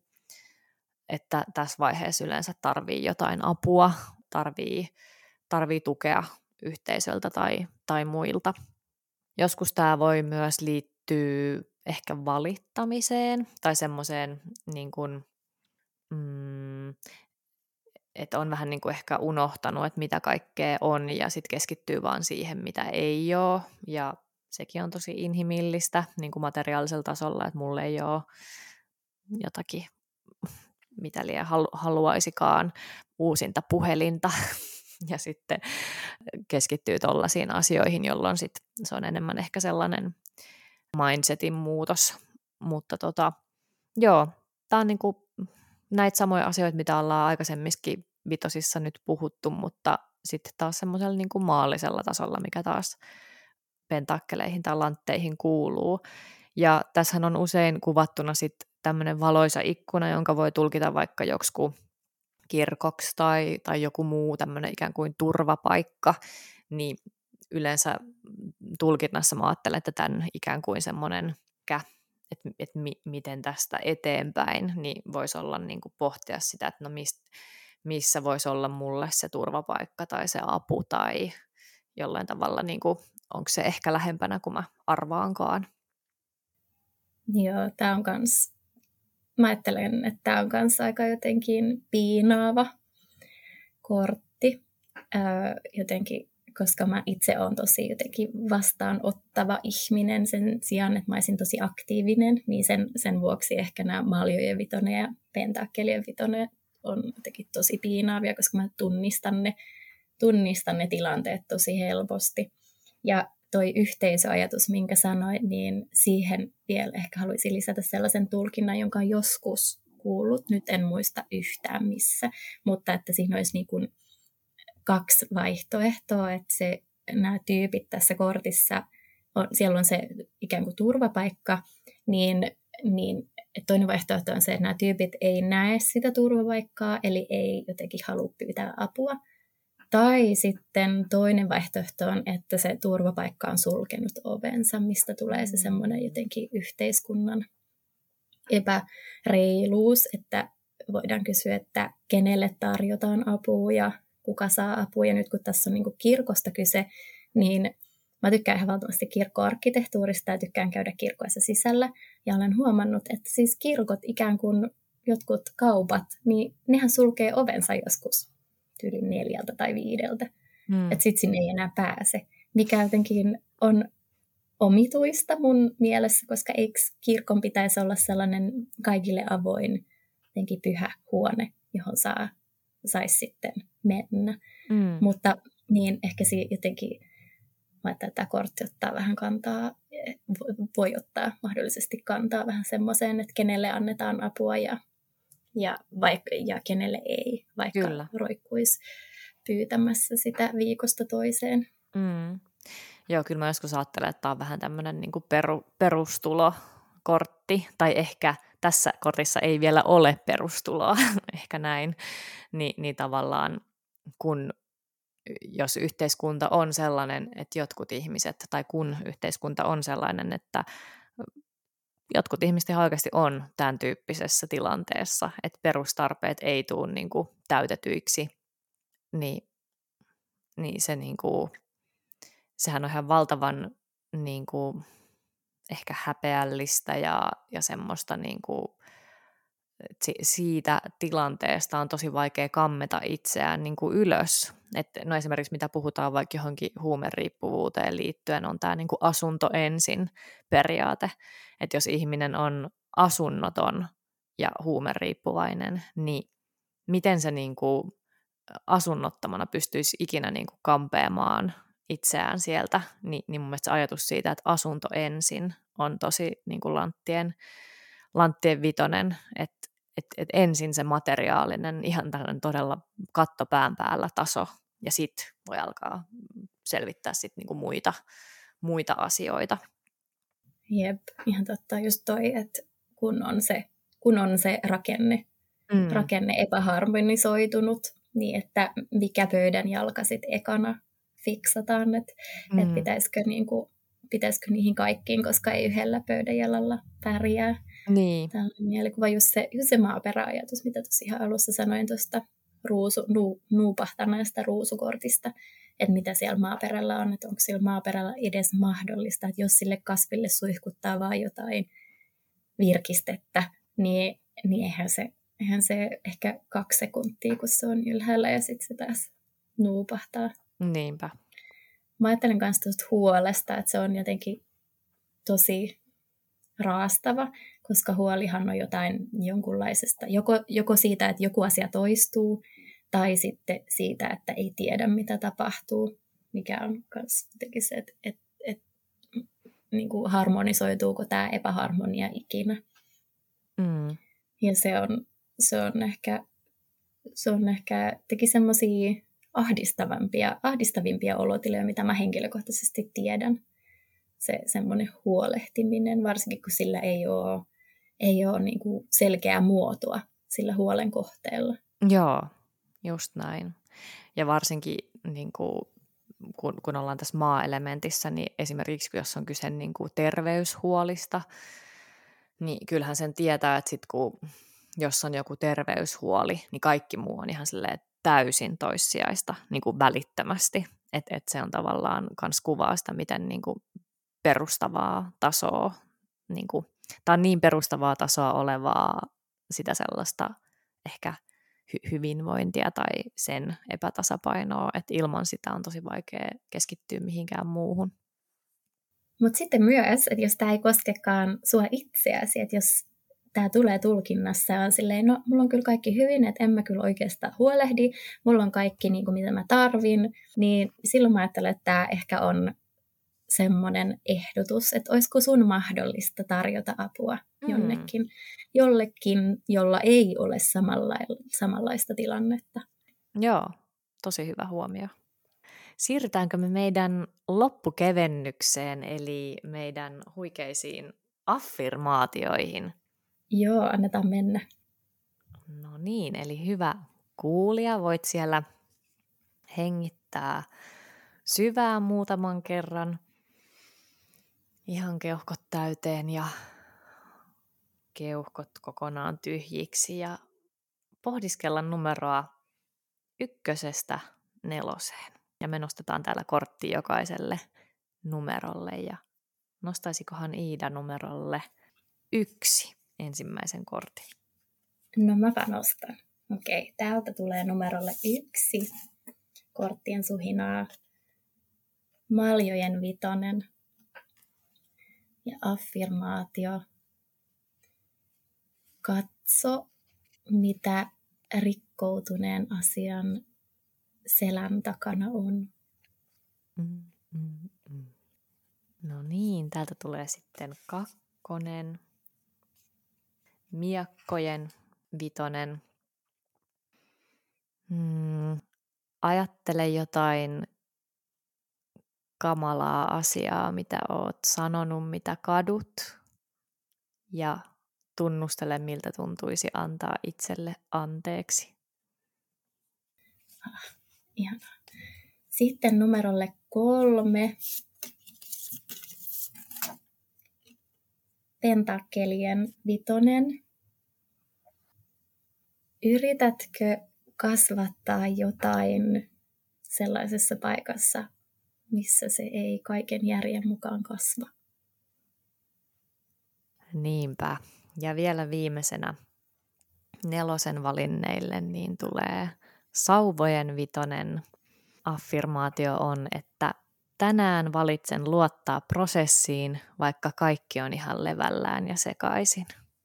että tässä vaiheessa yleensä tarvii jotain apua, tarvii, tarvii tukea yhteisöltä tai, tai muilta. Joskus tämä voi myös liittyä keskittyy ehkä valittamiseen tai semmoiseen, niin kuin, mm, että on vähän niin kuin ehkä unohtanut, että mitä kaikkea on ja sitten keskittyy vaan siihen, mitä ei ole. Ja sekin on tosi inhimillistä niin kuin materiaalisella tasolla, että mulle ei ole jotakin, mitä liian haluaisikaan, uusinta puhelinta. Ja sitten keskittyy tollaisiin asioihin, jolloin sit se on enemmän ehkä sellainen mindsetin muutos. Mutta tota, joo, tämä on niinku näitä samoja asioita, mitä ollaan aikaisemmissakin vitosissa nyt puhuttu, mutta sitten taas semmoisella niinku maallisella tasolla, mikä taas pentakkeleihin tai lantteihin kuuluu. Ja tässähän on usein kuvattuna sitten tämmöinen valoisa ikkuna, jonka voi tulkita vaikka joksikin kirkoksi tai, tai joku muu tämmöinen ikään kuin turvapaikka, niin yleensä tulkinnassa mä ajattelen, että tämän ikään kuin semmoinen, että, että mi, miten tästä eteenpäin, niin voisi olla niin kuin pohtia sitä, että no mist, missä voisi olla mulle se turvapaikka tai se apu tai jollain tavalla, niin kuin, onko se ehkä lähempänä kuin mä arvaankaan. Joo, tämä on kans, mä ajattelen, että tämä on kans aika jotenkin piinaava kortti, öö, jotenkin, koska mä itse olen tosi jotenkin vastaanottava ihminen sen sijaan, että mä olisin tosi aktiivinen, niin sen, sen vuoksi ehkä nämä maljojen vitonen ja pentakkelien vitonen on jotenkin tosi piinaavia, koska mä tunnistan ne, tunnistan ne tilanteet tosi helposti. Ja toi yhteisöajatus, minkä sanoin, niin siihen vielä ehkä haluaisin lisätä sellaisen tulkinnan, jonka on joskus kuullut, nyt en muista yhtään missä, mutta että siinä olisi niin kuin kaksi vaihtoehtoa, että se, nämä tyypit tässä kortissa, on, siellä on se ikään kuin turvapaikka, niin, niin toinen vaihtoehto on se, että nämä tyypit ei näe sitä turvapaikkaa, eli ei jotenkin halua pyytää apua. Tai sitten toinen vaihtoehto on, että se turvapaikka on sulkenut ovensa, mistä tulee se semmoinen jotenkin yhteiskunnan epäreiluus, että voidaan kysyä, että kenelle tarjotaan apua ja kuka saa apua. Ja nyt kun tässä on niin kuin kirkosta kyse, niin mä tykkään ihan valtavasti kirkkoarkkitehtuurista ja tykkään käydä kirkoissa sisällä. Ja olen huomannut, että siis kirkot ikään kuin jotkut kaupat, niin nehän sulkee ovensa joskus yli neljältä tai viideltä. Mm. Että sitten sinne ei enää pääse. Mikä jotenkin on omituista mun mielessä, koska eikö kirkon pitäisi olla sellainen kaikille avoin jotenkin pyhä huone, johon saa, saisi sitten mennä. Mm. Mutta niin ehkä siinä jotenkin, että tämä kortti ottaa vähän kantaa, voi ottaa mahdollisesti kantaa vähän semmoiseen, että kenelle annetaan apua ja, ja, vaikka, ja kenelle ei, vaikka Kyllä. roikkuisi pyytämässä sitä viikosta toiseen. Mm. Joo, kyllä mä joskus ajattelen, että tämä on vähän tämmöinen niin kuin peru, perustulokortti, tai ehkä tässä kortissa ei vielä ole perustuloa, ehkä näin, Ni, niin tavallaan kun jos yhteiskunta on sellainen, että jotkut ihmiset, tai kun yhteiskunta on sellainen, että jotkut ihmiset ihan oikeasti on tämän tyyppisessä tilanteessa, että perustarpeet ei tule niin kuin täytetyiksi, niin, niin se niin kuin, sehän on ihan valtavan niin kuin, ehkä häpeällistä ja, ja semmoista niin kuin, siitä tilanteesta on tosi vaikea kammeta itseään niin kuin ylös. Et, no esimerkiksi mitä puhutaan vaikka johonkin huumeriippuvuuteen liittyen, on tämä niin kuin asunto ensin periaate. Että jos ihminen on asunnoton ja huumeriippuvainen, niin miten se niin kuin asunnottomana pystyisi ikinä niin kuin kampeamaan itseään sieltä, niin, niin mun mielestä se ajatus siitä, että asunto ensin on tosi niin kuin lanttien, lanttien vitonen, että et, et ensin se materiaalinen, ihan tällainen todella katto pään päällä taso, ja sitten voi alkaa selvittää sit niin kuin muita, muita asioita. Jep, ihan totta. Just toi, että kun on se, kun on se rakenne, mm. rakenne epäharmonisoitunut, niin että mikä pöydän jalka sitten ekana fiksataan, että mm. et pitäisikö, niinku, pitäisikö niihin kaikkiin, koska ei yhdellä pöydän jalalla pärjää. Niin. Tällainen mielikuva, just se, just se maaperä-ajatus, mitä tuossa ihan alussa sanoin tuosta ruusu, nu, nuupahtaneesta ruusukortista, että mitä siellä maaperällä on, että onko siellä maaperällä edes mahdollista, että jos sille kasville suihkuttaa vaan jotain virkistettä, niin, niin eihän, se, eihän se ehkä kaksi sekuntia, kun se on ylhäällä ja sitten se taas nuupahtaa. Niinpä. Mä ajattelen myös tuosta huolesta, että se on jotenkin tosi raastava, koska huolihan on jotain jonkunlaisesta, joko, joko siitä, että joku asia toistuu, tai sitten siitä, että ei tiedä, mitä tapahtuu, mikä on myös jotenkin se, että, että, että niin kuin harmonisoituuko tämä epäharmonia ikinä. Mm. Ja se on, se on ehkä, se on ehkä teki semmoisia ahdistavampia, ahdistavimpia olotiloja, mitä mä henkilökohtaisesti tiedän. Se semmoinen huolehtiminen, varsinkin kun sillä ei ole, ei ole niin kuin selkeää muotoa sillä huolen kohteella. Joo, just näin. Ja varsinkin niin kuin, kun, kun ollaan tässä maa-elementissä, niin esimerkiksi jos on kyse niin kuin terveyshuolista, niin kyllähän sen tietää, että sit kun, jos on joku terveyshuoli, niin kaikki muu on ihan silleen täysin toissijaista niin kuin välittömästi. Että et se on tavallaan kans kuvaa sitä, miten niin kuin perustavaa tasoa, niin kuin, tai on niin perustavaa tasoa olevaa sitä sellaista ehkä hy- hyvinvointia tai sen epätasapainoa, että ilman sitä on tosi vaikea keskittyä mihinkään muuhun. Mutta sitten myös, että jos tämä ei koskekaan sua itseäsi, että jos tämä tulee tulkinnassa ja on silleen, no mulla on kyllä kaikki hyvin, että en mä kyllä oikeastaan huolehdi, mulla on kaikki niin kuin mitä mä tarvin, niin silloin mä ajattelen, että tämä ehkä on semmoinen ehdotus, että olisiko sun mahdollista tarjota apua jonnekin, mm. jollekin, jolla ei ole samanla- samanlaista tilannetta. Joo, tosi hyvä huomio. Siirrytäänkö me meidän loppukevennykseen, eli meidän huikeisiin affirmaatioihin? Joo, annetaan mennä. No niin, eli hyvä kuulija, voit siellä hengittää syvään muutaman kerran. Ihan keuhkot täyteen ja keuhkot kokonaan tyhjiksi ja pohdiskella numeroa ykkösestä neloseen. Ja me nostetaan täällä kortti jokaiselle numerolle ja nostaisikohan Iida numerolle yksi ensimmäisen kortin? No mäpä nostan. Okei, täältä tulee numerolle yksi korttien suhinaa. Maljojen vitonen ja affirmaatio. Katso, mitä rikkoutuneen asian selän takana on. Mm, mm, mm. No niin, täältä tulee sitten kakkonen. Miakkojen vitonen. Hmm. Ajattele jotain kamalaa asiaa, mitä oot sanonut, mitä kadut. Ja tunnustele, miltä tuntuisi antaa itselle anteeksi. Ah, ihanaa. Sitten numerolle kolme. Pentakkelien vitonen. Yritätkö kasvattaa jotain sellaisessa paikassa, missä se ei kaiken järjen mukaan kasva? Niinpä. Ja vielä viimeisenä nelosen valinneille niin tulee sauvojen vitonen. Affirmaatio on, että tänään valitsen luottaa prosessiin, vaikka kaikki on ihan levällään ja sekaisin.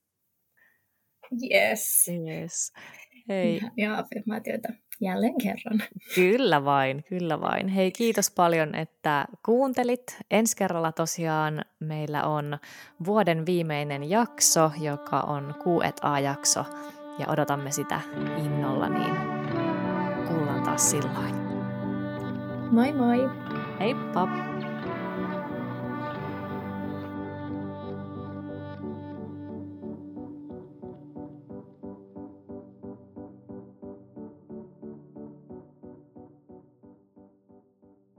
Yes. Yes. Hei. Ja affirmaatioita jälleen kerran. Kyllä vain, kyllä vain. Hei, kiitos paljon, että kuuntelit. Ensi kerralla tosiaan meillä on vuoden viimeinen jakso, joka on Q and A-jakso, ja odotamme sitä innolla, niin kuullaan taas silloin. Moi moi! Heippa!